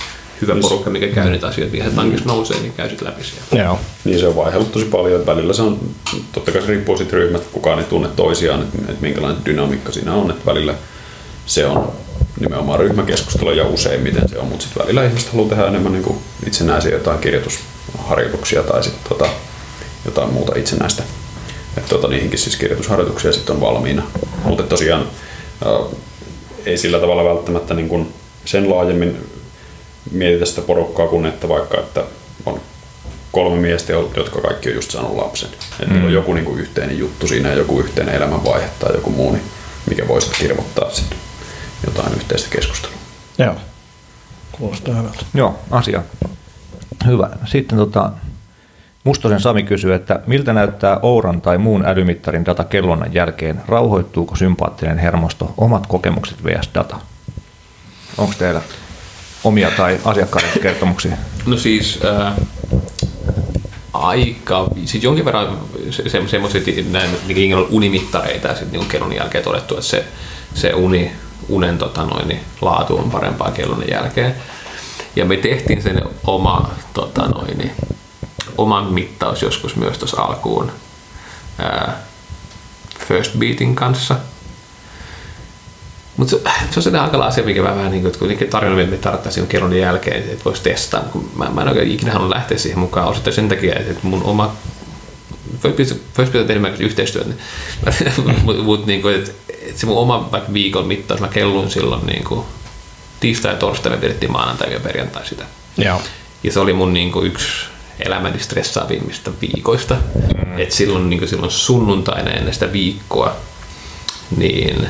hyvä porukka, mikä käy niitä asioita, mikä se tankissa nousee, niin käy sitten läpi siellä. Joo. Niin se on vaihdellut tosi paljon, että välillä se on, totta kai se riippuu siitä ryhmästä, kukaan ei tunne toisiaan, että minkälainen dynamiikka siinä on, että välillä se on nimenomaan ryhmäkeskustelu ja useimmiten se on, mutta sitten välillä ihmiset haluaa tehdä enemmän niin kuin itsenäisiä jotain kirjoitusharjoituksia tai sitten jotain muuta itsenäistä. Että niihinkin siis kirjoitusharjoituksia sitten on valmiina. Mutta tosiaan ei sillä tavalla välttämättä niin kuin sen laajemmin mietitä sitä porukkaa kuin että vaikka että on 3 miestä, jotka kaikki on just saanut lapsen. Että on joku niin kuin yhteinen juttu siinä ja joku yhteinen elämänvaihe tai joku muu, niin mikä voisi kirvoittaa sitten jotain yhteistä keskustelua. Joo, kuulostaa hyvältä. Joo, asia. Hyvä. Sitten Mustosen Sami kysyy, että miltä näyttää Ouran tai muun älymittarin data kellonnan jälkeen? Rauhoittuuko sympaattinen hermosto? Omat kokemukset vs. data? Onko teillä omia tai asiakkaiden kertomuksia? No siis siis jonkin verran semmoiset niin unimittareita ja sitten niin kellon jälkeen todettu, että se unen laatu on parempaa kellon jälkeen. Ja me tehtiin sen oman mittaus joskus myös tuossa alkuun First Beatin kanssa. Mutta se on sellainen hankala asia, mikä vähän niin kuin, että kuitenkin tarjolla me tarvittaisiin kellon jälkeen, että voisi testaa. Mä en oikein ikinä halunnut lähteä siihen mukaan osittain sen takia, että mun oma First Beat on tehnyt yhteistyötä, mutta niin se mun oma vaikka viikon mittaus, mä kelluin silloin niin kuin tiistai ja torstai, me pidettiin maanantai ja perjantai sitä. Joo. Ja se oli mun niin kuin yksi elämäni stressaavimmista viikoista. Et silloin sunnuntaina ennen sitä viikkoa, niin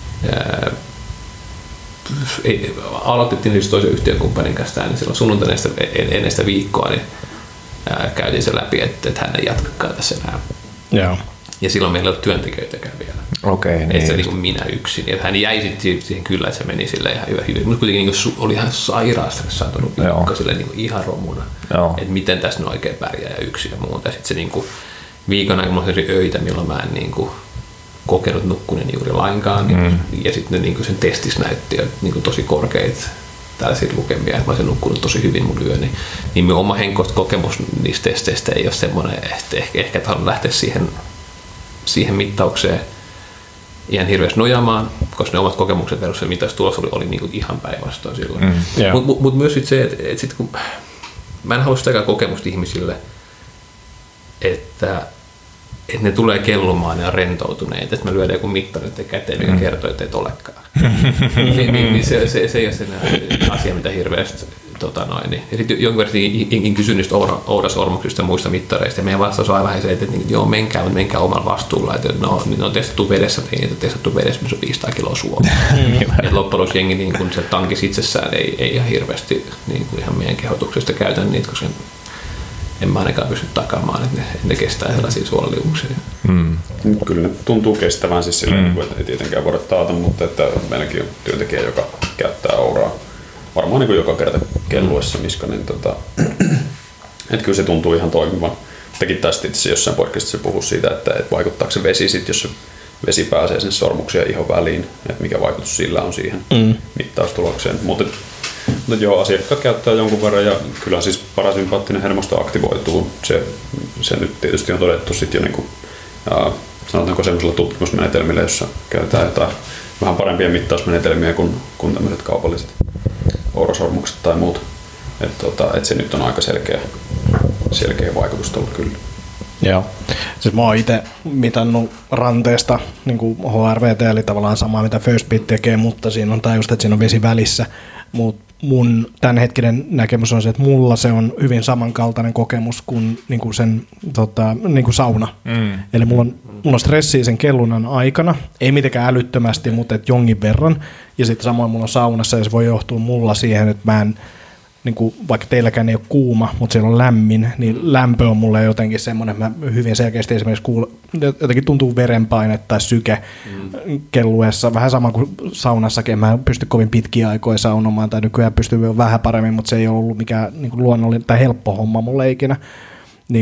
aloitettiin siis toisen yhtiökumppanin kanssa, niin silloin sunnuntaina ennen sitä viikkoa niin käytiin se läpi, että hän ei jatkakaan tässä enää. Joo. Ja silloin meillä ei ole työntekijöitäkään vielä. Okei, niin. Että se niin kuin minä yksin. Ja hän jäi sitten siihen kyllä, että se meni silleen ihan hyvin. Mutta kuitenkin niin oli ihan sairaan stressaantunut viikko silleen niin kuin ihan romuna. Että miten tässä nyt oikein pärjää ja yksin ja muuta. Ja sitten se niin kuin viikon aikana mulla oli öitä, milloin mä en niin kuin kokenut nukkuneen juuri lainkaan. Ja sitten niin sen testissä näytti niin kuin tosi korkeita tällaisia lukemia, että mä olisin nukkunut tosi hyvin mun yöni. Niin minun oma henkilökohtainen kokemus niistä testeistä ei ole semmoinen, että ehkä haluan lähteä siihen mittaukseen ihan hirveästi nojaamaan, koska ne omat kokemukset verran mittaustulos oli niin kuin ihan päinvastoin silloin. Mutta myös se, että sit kun mä en halua sitäkään kokemusta ihmisille, että ne tulee kellumaan ja rentoutuneet, että me lyödään joku mittari käteen, mikä kertoo, että et olekaan. niin se ei ole se asia, mitä hirveästi. Ja sitten jonkin verran kysyn niistä Oura-sormuksista ja muista mittareista, ja meidän vastaus on aivan se, että joo, menkää omalla vastuulla, että ne on testattu vedessä, mutta ei niitä testattu vedessä, missä on 500 kiloa suomea. Loppujen lopuksi jengi niin kun se tankis itsessään ei ihan hirveästi niin kuin ihan meidän kehotuksesta käytä niitä, koska en mä ainakaan pysty takaamaan, että ne kestää sellaisia suolaliuksia. Kyllä ne tuntuu kestävän siis silleen, että ei tietenkään voida taata, mutta että meilläkin on työntekijä, joka käyttää Ouraa varmaan niin kuin joka kerta kelluessa Miska, niin että kyllä se tuntuu ihan toimivan. Tekin taisi itse jossain podcastissa puhua siitä, että vaikuttaako se vesi sitten, jos se vesi pääsee sen sormuksen ja ihon väliin, että mikä vaikutus sillä on siihen mittaustulokseen. Mutta joo, asiakkaat käyttää jonkun verran ja kyllä siis parasympaattinen hermosto aktivoituu. Se nyt tietysti on todettu sitten jo niin kuin, sanotaanko semmoisella tutkimusmenetelmillä, jossa käytetään jotain vähän parempia mittausmenetelmiä kuin tämmöiset kaupalliset Oura-sormukset tai muut. Että se nyt on aika selkeä vaikutus tullut kyllä. Joo. Siis mä oon itse mitannut ranteesta niin kuin HRVT, eli tavallaan samaa mitä First Beat tekee, mutta siinä on tämä just, että siinä on vesi välissä. Mutta mun tämänhetkinen näkemys on se, että mulla se on hyvin samankaltainen kokemus kuin niinku sen niinku sauna. Eli mulla on stressiä sen kellunnan aikana, ei mitenkään älyttömästi, mutta et jonkin verran. Ja sitten samoin mulla on saunassa, ja se voi johtua mulla siihen, että mä en, niinku, vaikka teilläkään ei ole kuuma, mutta siellä on lämmin, niin lämpö on mulle jotenkin semmoinen, että mä hyvin selkeästi esimerkiksi jotenkin tuntuu verenpaine tai syke kelluessa. Vähän sama kuin saunassakin, mä en pysty kovin pitkiä aikoja saunomaan, tai nykyään pystyy vähän paremmin, mutta se ei ole ollut mikään niinku luonnollinen tai helppo homma mulle ikinä. Niin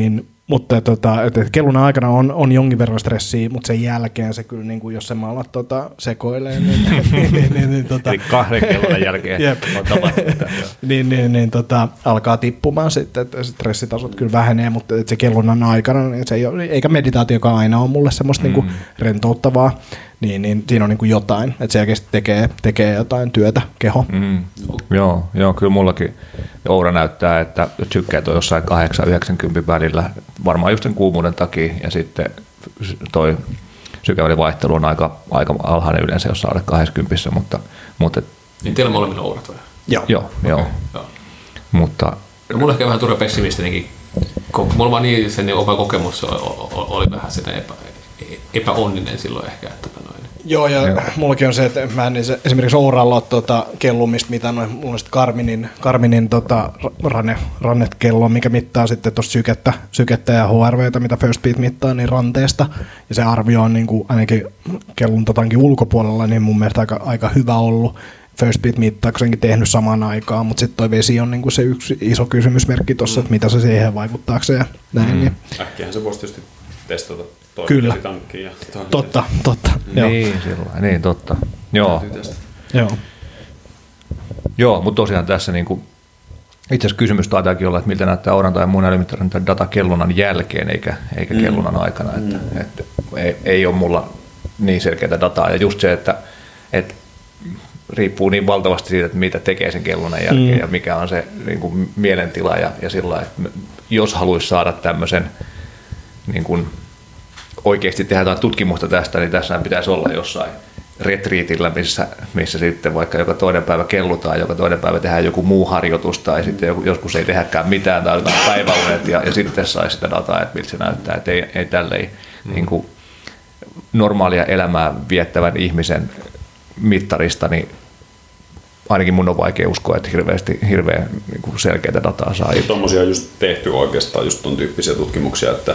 Mutta kelluna aikana on jonkin verran stressiä, mutta sen jälkeen se kyllä, niin kuin, jos se maalat sekoilee, niin eli 2 kellonan jälkeen on tapahtunut. Alkaa tippumaan sitten, että stressitasot kyllä vähenee, mutta se kellunan aikana, niin se ei ole, eikä meditaatiokaan aina ole mulle semmoista niin kuin rentouttavaa, niin siinä on niin kuin jotain, että se oikeasti tekee jotain työtä keho. Joo, kyllä mullakin Oura näyttää, että sykkeet on jossain 8-90 välillä, varmaan just sen kuumuuden takia, ja sitten toi sykevälivaihtelu on aika alhainen yleensä jossain alle 20, mutta niin teillä molemmilla Ourat vai? Joo. Mutta mulla ehkä vähän turha pessimistinenkin. Mulla vaan niin sen oma kokemus oli vähän sitä epäonninen silloin ehkä. Että Joo, ja mullakin on se, että mä en esimerkiksi Ouralla ole kellumista, mitä noin, mulla on sitten Garminin rannekello, mikä mittaa sitten tuossa sykettä ja HRVtä, mitä First Beat mittaa, niin ranteesta. Ja se arvio on niin kuin ainakin kelluntatankin ulkopuolella, niin mun mielestä aika hyvä ollut. First Beat mittauksenkin tehnyt samaan aikaan, mutta sitten toi vesi on niinku se yksi iso kysymysmerkki tuossa, että mitä se siihen vaikuttaakseen ja näin. Niin. Äkkiähän se voisi tietysti testata kyllä. Tankkiin ja totta. Niin, totta. Joo, mutta tosiaan tässä niinku, itse asiassa kysymys taitaakin olla, että miltä näyttää Ouran tai muun älymittarin data kellunnan jälkeen eikä kellunnan aikana. Että ei ole mulla niin selkeää dataa. Ja just se, että riippuu niin valtavasti siitä, että mitä tekee sen kellunnan jälkeen ja mikä on se niin kuin mielentila ja sillä, että jos haluaisi saada tämmöisen niin kuin oikeasti tehdä jotain tutkimusta tästä, niin tässä pitäisi olla jossain retriitillä, missä sitten vaikka joka toinen päivä kellutaan, joka toinen päivä tehdään joku muu harjoitus tai sitten joskus ei tehdäkään mitään tai jotain päiväunet ja sitten saisi sitä dataa, että miltä se näyttää, että ei tälleen niin kuin normaalia elämää viettävän ihmisen mittarista, niin ainakin mun on vaikea uskoa, että hirveän niin kuin selkeää dataa saa. Tuommoisia on just tehty oikeastaan, just ton tyyppisiä tutkimuksia, että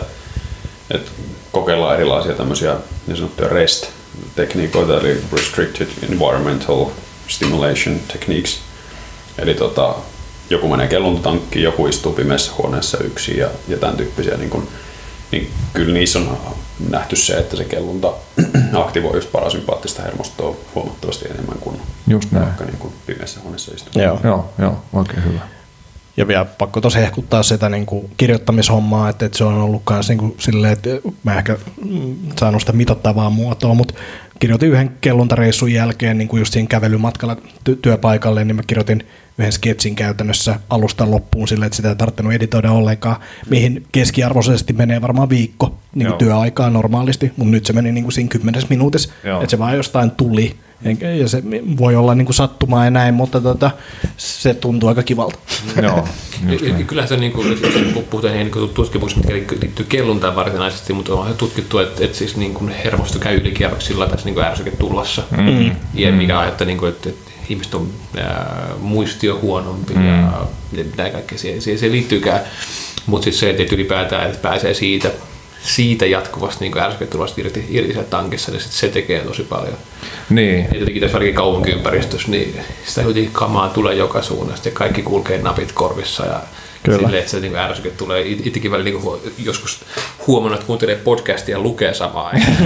kokeillaan erilaisia tämmöisiä niin sanottuja REST-tekniikoita, eli Restricted Environmental Stimulation Techniques. Eli joku menee kelluntatankkiin, joku istuu pimeässä huoneessa yksin ja tämän tyyppisiä. Niin kyllä niissä on nähty se, että se kellunta aktivoi just parasympaattista hermostoa huomattavasti enemmän kuin vaikka niin kuin pimeässä huoneessa istuu. Joo, oikein hyvä. Ja vielä pakko tosi hehkuttaa sitä niin kuin kirjoittamishommaa, että se on ollut myös niin silleen, että mä ehkä saanut sitä mitattavaa muotoa, mutta kirjoitin yhden kelluntareissun jälkeen niin kuin just siinä kävelymatkalla työpaikalle, niin mä kirjoitin yhden sketsin käytännössä alusta loppuun silleen, että sitä ei tarvinnut editoida ollenkaan, mihin keskiarvoisesti menee varmaan viikko niin kuin työaikaa normaalisti, mutta nyt se meni niin kuin siinä 10 minuutissa, että se vaan jostain tuli. Ja se voi olla niin kuin sattumaa ja näin, mutta se tuntuu aika kivalta. Kyllähän se, niin kuin, puhutaan niin tutkimuksista, mitkä liittyy kelluntaan varsinaisesti, mutta on tutkittu, että siis niin kuin hermosto käy ylikierroksilla tässä niin ärsyketulvassa, ja mikä aiheuttaa, niin kuin, että ihmiset on muistio huonompi ja mitä kaikkea siihen liittyykään. Mutta siis se, että ylipäätään että pääsee siitä jatkuvasti niin ärsyketulvasta irti siellä tankissa, niin se tekee tosi paljon. Niin. Ja jotenkin tässä varsinkin kaupunkiympäristössä, niin sitä jotenkin kamaa tulee joka suunnasta ja kaikki kulkee napit korvissa ja silleen, että se niin ärsyke tulee. Itsekin välillä niin joskus huomannut, että kuuntelee podcastia ja lukee samaan aikaan.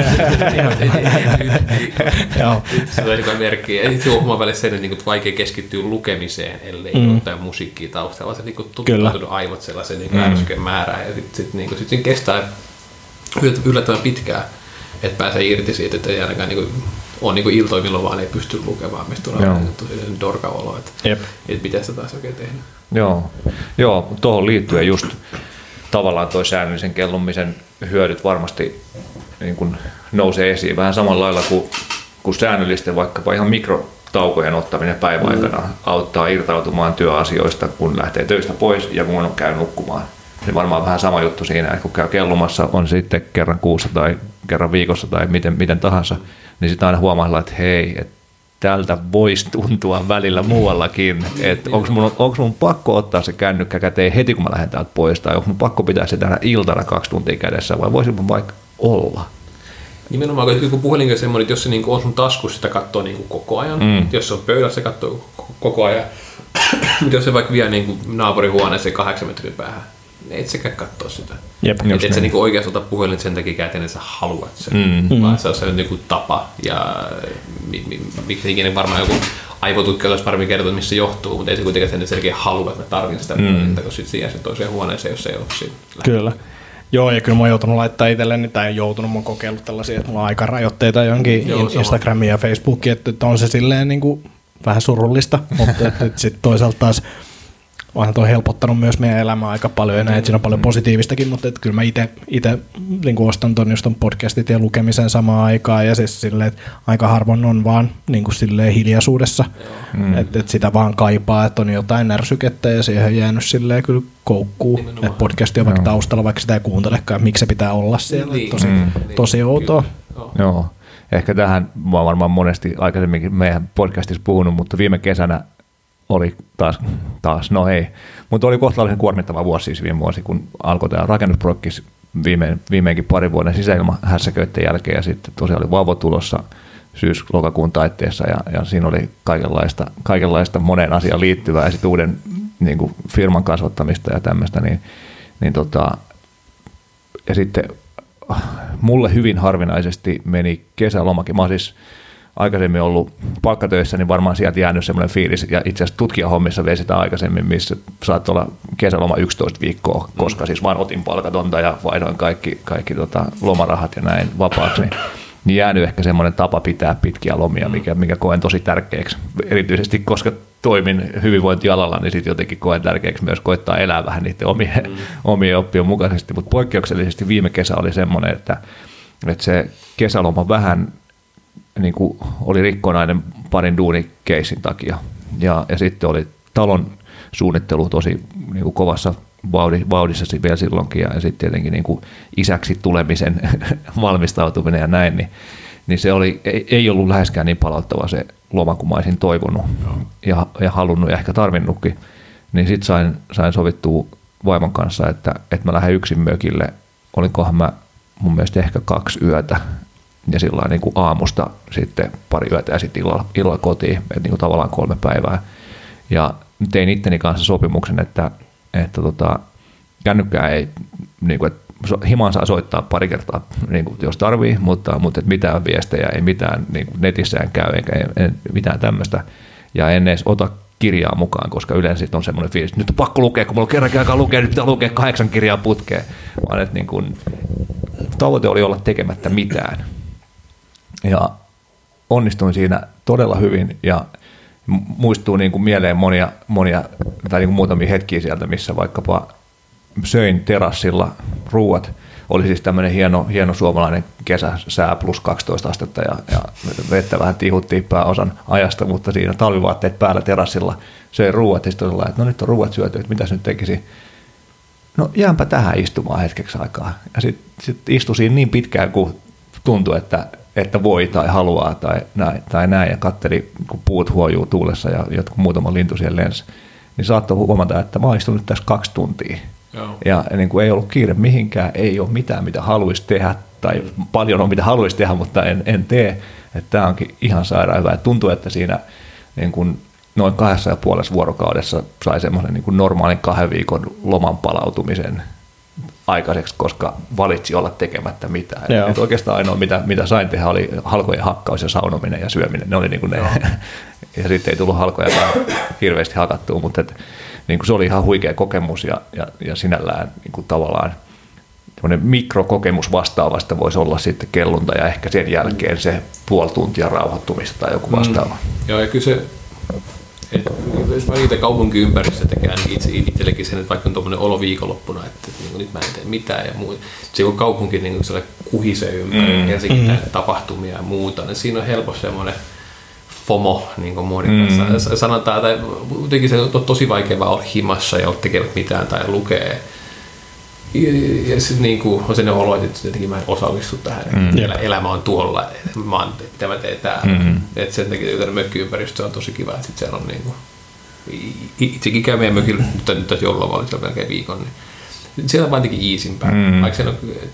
Se on niin merkkiä. Ja sitten huomaa välillä sen, että vaikea keskittyä lukemiseen, ellei ole jotain musiikkia taustalla. Se on tuttunut aivot sellaisen ärsyken määrään ja sitten siinä kestää yllättävän pitkään, että pääsee irti siitä, että ei ainakaan on iltoja, milloin vaan ei pysty lukemaan, mistä tulee tosi dorka-olo, että miten sitä taas oikein tehnyt. Joo, tuohon liittyen just tavallaan tuo säännöllisen kellumisen hyödyt varmasti niin kuin nousee esiin vähän samalla lailla kuin säännöllisten vaikkapa ihan mikrotaukojen ottaminen päiväaikana auttaa irtautumaan työasioista, kun lähtee töistä pois ja kun käy nukkumaan. Se varmaan vähän sama juttu siinä, että kun käy kellumassa, on sitten kerran kuussa tai kerran viikossa tai miten tahansa, niin sitten aina huomaa, että hei, että tältä voisi tuntua välillä muuallakin, että onko mun pakko ottaa se kännykkä käteen heti, kun mä lähden täältä pois, tai onko mun pakko pitää se tänä iltana 2 tuntia kädessä, vai voisin mun vaikka olla? Nimenomaan, kun joku puhelin on semmoinen, että jos se niinku on sun taskussa, sitä katsoo niinku koko ajan, jos se on pöydässä, se katsoo koko ajan, mutta jos se vaikka vie niinku naapurihuoneeseen 8 metrin päähän, et sekä katsoa sitä. Et sä niinku oikeasti ota puhelin sen takia, että sä haluat sen, vaan se on se niinku tapa. Ja miksi ikinä varmaan joku aivotutkimus olisi paremmin kertoa, missä se johtuu, mutta ei se kuitenkaan sen selkeä halua, että mä tarvitsen sitä puhelinta, kun sitten siihen se toiseen huoneeseen, jos ei ole siinä. Kyllä. Joo, ja kyllä mä oon joutunut laittaa itselleni, tai en joutunut, mä oon kokeillut tällaisia, että mulla on aikarajoitteita johonkin Instagramiin ja Facebookiin, että on se silleen niin kuin vähän surullista, mutta sitten toisaalta taas onhan tuo helpottanut myös meidän elämää aika paljon, ja näin, että siinä on paljon positiivistakin, mutta että kyllä mä itse niin kuin ostan just ton podcastit ja lukemisen samaan aikaan, ja siis silleen, että aika harvoin on vaan niin kuin silleen hiljaisuudessa, että sitä vaan kaipaa, että on jotain närsykettä, ja siihen on jäänyt silleen kyllä koukkuu, että podcasti on vaikka taustalla, vaikka sitä ei kuuntelekaan, että miksi se pitää olla siellä, tosi outoa. Joo, ehkä tähän mä oon varmaan monesti aikaisemminkin meidän podcastissa puhunut, mutta viime kesänä oli taas, no ei, mutta oli kohtalaisen kuormittava vuosi siis viime vuosi, kun alkoi tämä rakennusprokkis viimeinkin parin vuoden sisäilmahässäköiden jälkeen, ja sitten tosiaan oli vauva tulossa syys-lokakuun taitteessa, ja siinä oli kaikenlaista moneen asiaan liittyvää, ja sitten uuden niin kuin firman kasvattamista ja tämmöistä, ja sitten mulle hyvin harvinaisesti meni kesälomakin. Mä oon siis aikaisemmin ollut palkkatöissä, niin varmaan sieltä jäänyt semmoinen fiilis, ja itse asiassa tutkijahommissa vei sitä aikaisemmin, missä saattoi olla kesäloma 11 viikkoa, koska siis vaan otin palkatonta ja vaihdoin kaikki lomarahat ja näin vapaaksi, niin jäänyt ehkä semmoinen tapa pitää pitkiä lomia, mikä koen tosi tärkeäksi, erityisesti koska toimin hyvinvointialalla, niin sitten jotenkin koen tärkeäksi myös koittaa elää vähän niiden omien oppien mukaisesti, mutta poikkeuksellisesti viime kesä oli semmoinen, että se kesäloma vähän niin kuin oli rikkonainen parin duunikeissin takia. Ja sitten oli talon suunnittelu tosi niin kuin kovassa vauhdissa vielä silloinkin, ja sitten tietenkin niin kuin isäksi tulemisen valmistautuminen ja näin, niin se ei ollut läheskään niin palauttava se loma kuin mä olisin toivonut ja halunnut ja ehkä tarvinnutkin. Niin sitten sain sovittua vaimon kanssa, että mä lähden yksin mökille. Olinkohan mä mun mielestä ehkä 2 yötä, ja sillä niin kuin aamusta sitten pari yötä ja sitten illalla kotiin, että niin kuin tavallaan 3 päivää. Ja tein itteni kanssa sopimuksen, että kännykkää ei, niin kuin, että himaan saa soittaa pari kertaa, niin kuin, jos tarvii, mutta että mitään viestejä, ei mitään niin kuin netissään käy, eikä mitään tämmöistä. Ja en edes ota kirjaa mukaan, koska yleensä on semmoinen fiilis, että nyt on pakko lukea, kun mulla on kerrankin aikaa lukea, nyt pitää lukea 8 kirjaa putkeen. Vaan että niin kuin, tavoite oli olla tekemättä mitään. Ja onnistuin siinä todella hyvin, ja muistuu niin kuin mieleen monia tai niin kuin muutamia hetkiä sieltä, missä vaikkapa söin terassilla ruuat. Oli siis tämmöinen hieno suomalainen kesäsää plus 12 astetta, ja vettä vähän tihuttiin pääosan ajasta, mutta siinä talvivaatteet päällä terassilla söin ruuat, ja sitten oli että no nyt on ruuat syöty, että mitäs nyt tekisi. No jäänpä tähän istumaan hetkeksi aikaa. Ja sitten istui siinä niin pitkään, kun tuntui, että voi tai haluaa tai näin, ja katteli, kun puut huojuu tuulessa ja jotkut muutama lintu siellä lensi, niin saattoi huomata, että mä oon istunut tässä 2 tuntia. Joo. Ja niin kuin ei ollut kiire mihinkään, ei ole mitään, mitä haluaisi tehdä, tai paljon on, mitä haluaisi tehdä, mutta en tee. Että tämä onkin ihan sairaan hyvä. Et tuntuu, että siinä niin kuin noin 2,5 vuorokaudessa sai semmoisen niin kuin normaalin 2 viikon loman palautumisen aikaiseksi, koska valitsi olla tekemättä mitään. Et oikeastaan ainoa, mitä sain tehdä, oli halkojen hakkaus ja saunominen ja syöminen. Ne oli niin kuin ne. Ja sitten ei tullut halkoja hirveästi hakattua, mutta niin kuin se oli ihan huikea kokemus, ja sinällään niin kuin tavallaan mikrokokemus vastaavasta voisi olla sitten kellunta, ja ehkä sen jälkeen se 0,5 tuntia rauhoittumista tai joku vastaava. Joo, ja kyllä se, mä niitä kaupunkiympäristö tekee itsellekin sen, että vaikka on tuommoinen olo viikonloppuna, että niin nyt mä en tee mitään ja muuta. Se kun kaupunki niin se kuhisee ympäri, Helsingin tapahtumia ja muuta, niin siinä on helposti semmoinen FOMO, niin kuin muodikkaassa sanotaan, tai jotenkin se on tosi vaikeaa olla himassa ja olla tekemät mitään tai lukee. Ja sitten niin kuin on sellainen olo, että jotenkin mä en osallistu tähän, elämä on tuolla, mitä mä teen täällä. Että sen takia jotain mökkiympäristö on tosi kiva, että sitten siellä on niin kuin, itsekin käy meidän mökillä, nyt tässä joululoma oli siellä melkein viikon, niin siellä on vaan jotenkin iisimpää, vaikka siellä on,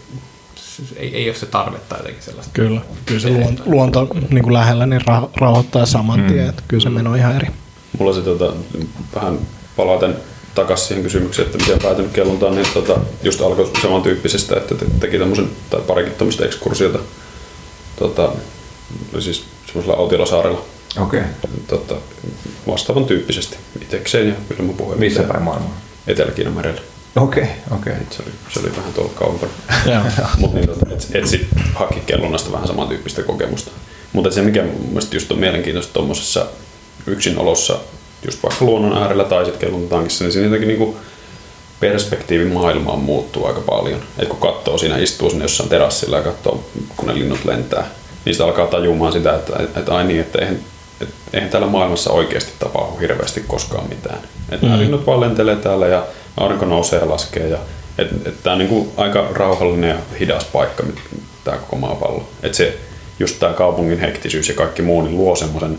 ei ole se tarvetta jotenkin sellaista. Kyllä se luonto niin kuin lähellä niin rauhoittaa saman tien, että kyllä se menee ihan eri. Mulla se vähän palaten takaisin siihen kysymykseen, että miten päätynyt kellontaan, niin just alkoi samantyyppisestä, että teki tämmöisen tai parikin tämmöistä ekskursiota. Oli siis semmoisella Autiola-saarella. Okei. Vastaavan tyyppisesti itsekseen ja ilmapuheen. Missä päin maailmaa? Etelä-Kiinamerellä. Okei. Se oli vähän tuolla kauempana. Mutta niin, etsi haki kellonnasta vähän samantyyppistä kokemusta. Mutta se mikä mun mielestä just on mielenkiintoista tuommoisessa yksinolossa, just vaikka luonnon äärellä tai sitten kellontatankissa, niin siinä jotenkin niinku perspektiivi maailmaan muuttuu aika paljon. Et kun katsoo siinä, istuu sinne jossain terassilla ja katsoo, kun ne linnut lentää, niin sitä alkaa tajumaan sitä, että ai niin, että eihän täällä maailmassa oikeasti tapahdu hirveästi koskaan mitään. Että nämä linnut vaan lentelee täällä ja aurinko nousee ja laskee. Ja, tämä on niinku aika rauhallinen ja hidas paikka, tämä koko maapallo. Että se, just tämä kaupungin hektisyys ja kaikki muu niin luo semmoisen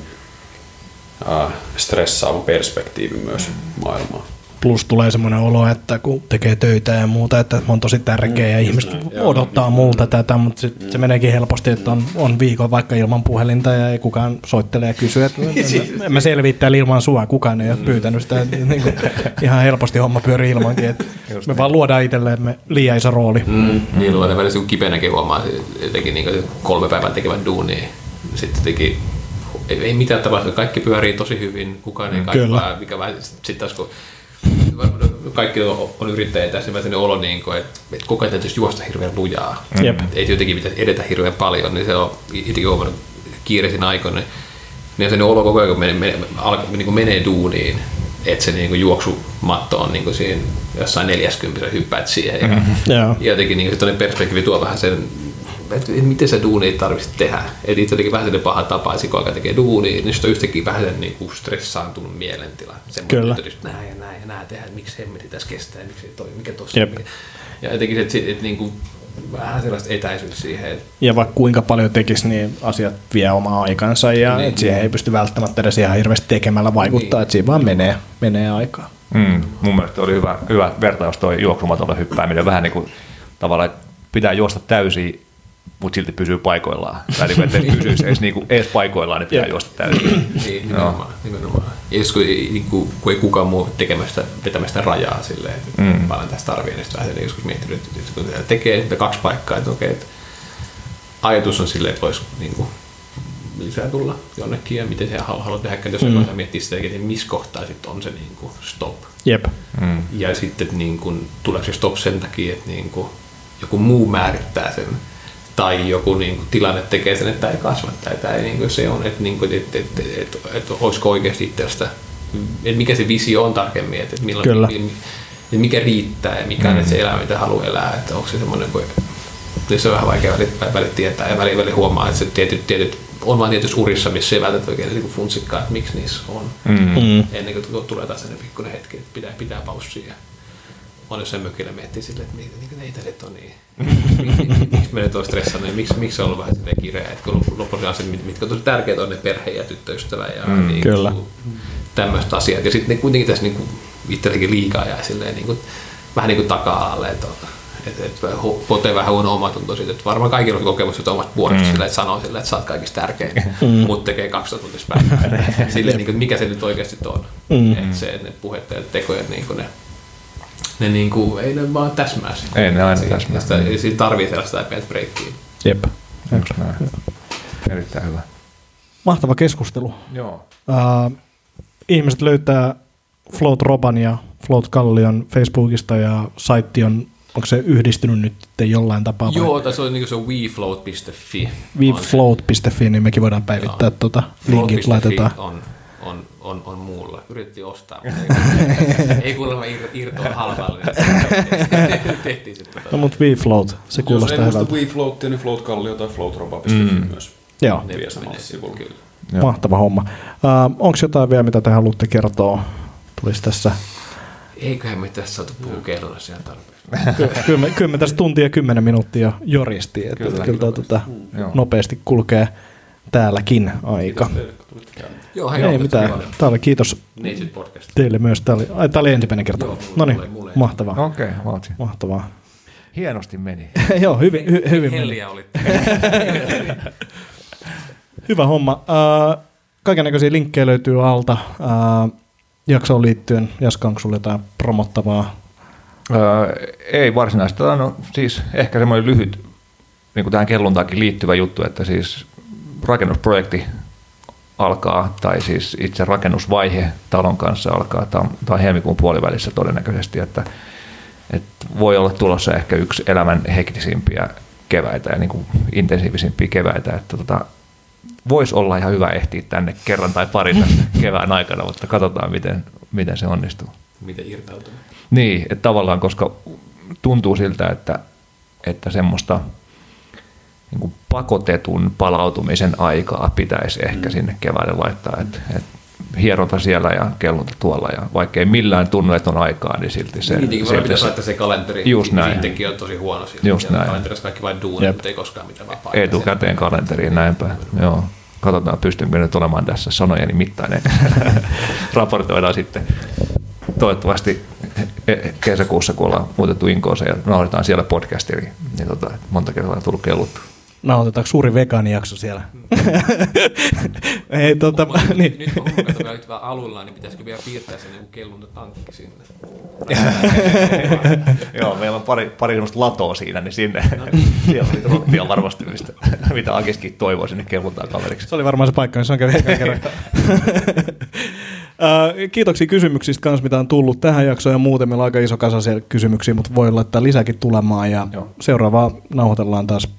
stressaavan perspektiivin myös maailmaan. Plus tulee semmoinen olo, että kun tekee töitä ja muuta, että on tosi tärkeä ja ihmiset odottaa multa tätä, mutta sit se meneekin helposti, että on viikon vaikka ilman puhelinta ja ei kukaan soittele ja kysyy, että en mä selviä täällä ilman sua, kukaan ei ole pyytänyt sitä, niin kuin, ihan helposti homma pyörii ilmankin, että me vaan luodaan itsellemme liian iso rooli. Niin luodaan välillä kun kipeänäkin huomaa, jotenkin niin 3 päivän tekevän duunia, sitten jotenkin ei mitään tapahtunut, kaikki pyörii tosi hyvin, kukaan ei kaipaa, mikä vähän sitten taas kun kaikki on yrittäjiä tässä, niin olo, että koko ajan täytyisi juosta hirveän lujaa. Ei jotenkin pitäisi edetä hirveän paljon, niin se on itsekin huomannut kiireisin aikoina. Niin se olo koko ajan, kun menee duuniin, että se juoksumatto on siinä jossain 40 hyppäät siihen. Ja jotenkin se perspektiivi tuo vähän sen, että miten se duuni ei tarvitse tehdä. Että itse jotenkin vähän sellainen paha tapa, että kun alkaa tekee duunia, niin sitten on yhtäkkiä vähän sen stressaantunut mielentila. Semmoinen, että näin ja näin tehdään, että miksi hemmetin tässä kestää, miksi ei toi, mikä tossa. Ja jotenkin että vähän sellaista etäisyyttä siihen. Ja vaikka kuinka paljon tekisi, niin asiat vie omaa aikansa ja siihen ei pysty välttämättä edes ihan hirveästi tekemällä vaikuttaa, että siinä vaan menee aikaa. Mun mielestä oli hyvä vertaus toi juoksumatolle hyppääminen. Vähän niin kuin tavallaan, että pitää juosta täysin, mutta silti pysyy paikoillaan. Tai niin, että pysyisi edes paikoillaan, niin pitää juosta täysin. Niin, nimenomaan. Ja jos kun ei kukaan muu vetämästä rajaa silleen, että paljon tässä tarvii, niin vähän joskus miettinyt, että kun tekee 2 paikkaa, että okei, että ajatus on silleen, että voisi lisää tulla jonnekin ja miten se haluaa tehdä, jos joku miettii sitä, että missä kohtaa sitten on se stop. Ja sitten tuleeko se stop sen takia, että joku muu määrittää sen, tai joku tilanne tekee sen, että tämä ei kasva, tai tämä ei se on, että olisiko oikeasti itsestä, että mikä se visio on tarkemmin, että mikä riittää ja mikä on se elämä, mitä haluaa elää, että onko se semmoinen, kun se on vähän vaikea välit tietää ja välit huomaa, että se tietyt on vain tietysti urissa, missä ei välttämättä oikein funtsikkaa, että miksi niissä on. Ennen kuin tulee taas sellainen pikkuinen hetki, että pitää paussia. On jossain mökillä miettii silleen, että ei tässä ole niin. Miksi me nyt on stressannut, miksi se on ollut vähän silleen kireä, että kun lopuksi asiat, mitkä on tosi tärkeitä, on ne perhe ja tyttöystävä ja tämmöiset asiat. Ja sitten kuitenkin tässä itsellekin liikaa jää silleen vähän niin kuin taka-alalle, että potee vähän huono omatunto siitä, että varmaan kaikilla on kokemus, että omat puolet sillä, että sanoo sillä, että sä oot kaikista tärkein, mutta tekee 12 tuntia päivää. Silleen, mikä se nyt oikeasti on. Että se, ne puheet ja tekoja, ne ei ne vaan täsmää sitä. Ei ne aina täsmää. Siinä tarvii sellaista pientä breikkiä. Jep. Erittäin hyvä. Mahtava keskustelu. Joo. Ihmiset löytää Float Roban ja Float Kallion Facebookista ja saitti onko se yhdistynyt nyt jollain tapaa? Joo, tässä on se wefloat.fi. wefloat.fi, niin mekin voidaan päivittää linkit laitetaan. On muulla. Yritettiin ostaa, mutta ei kuulemma irtoa halvalla. Tehtiin sitten. No mutta WeFloat, se kuulostaa hyvältä. Jos ei muista WeFloatia, niin Float Kallio tai FloatRoba.fi myös. Joo. Vie samalla sivulla. Mahtava homma. Onko jotain vielä, mitä te haluatte kertoa? Tulisi tässä. Eiköhän me tässä saatu puhua kellonassa ihan tarpeeksi. Kyllä me tässä tuntia 10 minuuttia joristi. Kyllä nopeasti kulkee täälläkin aika. Joo, ei mitään. Tämä oli kiitos teille myös. Tämä oli ensimmäinen kerta. No niin, mahtavaa. Okei, mahtavaa. Hienosti meni. Joo, hyvin meni. Hyvä homma. Kaikennäköisiä linkkejä löytyy alta. jaksoon liittyen? Jaska, onko sulla jotain promottavaa? Ei varsinaista. No, siis ehkä semmoinen lyhyt niin kuin tähän kelluntaankin liittyvä juttu, että siis rakennusprojekti alkaa, tai siis itse rakennusvaihe talon kanssa alkaa. Tämä on helmikuun puolivälissä todennäköisesti, että voi olla tulossa ehkä yksi elämän hektisimpiä keväitä ja niin kuin intensiivisimpiä keväitä, että voisi olla ihan hyvä ehtiä tänne kerran tai pari kevään aikana, mutta katsotaan, miten se onnistuu. Miten irtautuu? Niin, että tavallaan, koska tuntuu siltä, että semmoista niin kuin pakotetun palautumisen aikaa pitäisi ehkä sinne keväälle laittaa, että hieronta siellä ja kellunta tuolla, ja vaikka ei millään tunnu, että on aikaa, niin silti se... Niitäkin varmaan pitäisi laittaa se kalenteri, just näin. Siitäkin on tosi huono siinä. Just näin. Kalenterissa kaikki vain duunat, mutta ei koskaan mitään vapaa. Etukäteen kalenteriin, näinpä. Joo. Katsotaan, pystynkö nyt olemaan tässä sanojeni mittainen. Raportoidaan sitten toivottavasti kesäkuussa, kun ollaan muutettu Inkooseen ja nauhoitetaan siellä podcastia, niin monta kertaa on tullut kelluttu. Nauhoitetaanko suuri vegaanijakso siellä? Ei, niin. Nyt kun katsotaan nyt vähän aluillaan, niin pitäisikö vielä piirtää sen niin kelluntotankki sinne? Joo, meillä on pari semmoista latoa siinä, niin sinne. Siellä on rottia varmasti, mitä Akiskin toivoo sinne kelluntaan kaveriksi. Se oli varmaan se paikka, niin se on kävi ekan kerran. Kiitoksia kysymyksistä kanssa, mitä on tullut tähän jaksoon, ja muuten meillä on aika iso kasa siellä kysymyksiä, mutta voi laittaa lisäkin tulemaan, ja seuraavaa nauhoitellaan taas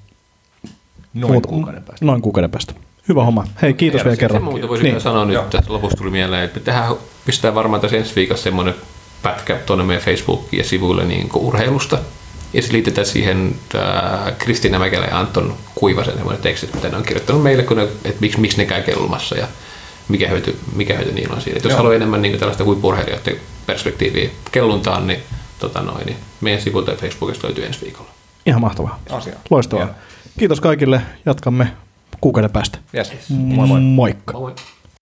noin kuukauden päästä. Hyvä homma. Hei, kiitos vielä kerran. Se muuta voisin sanoa nyt, että lopussa tuli mieleen, että pistää varmaan tässä ensi viikossa semmoinen pätkä tuonne meidän Facebookiin ja sivuille niin urheilusta. Ja se liitetään siihen Kristiina Mäkelä ja Anton Kuivasen semmoinen teksti, mitä ne on kirjoittanut meille, että miksi ne käy kellumassa ja mikä hyöty niillä on siinä. Et jos haluaa enemmän niin tällaista huippu-urheilijoiden perspektiiviä kelluntaan, niin, niin meidän sivulta ja Facebookista löytyy ensi viikolla. Ihan mahtavaa. Loistavaa. Kiitos kaikille. Jatkamme kuukauden päästä. Yes. Moi moi. Moikka. Moi moi.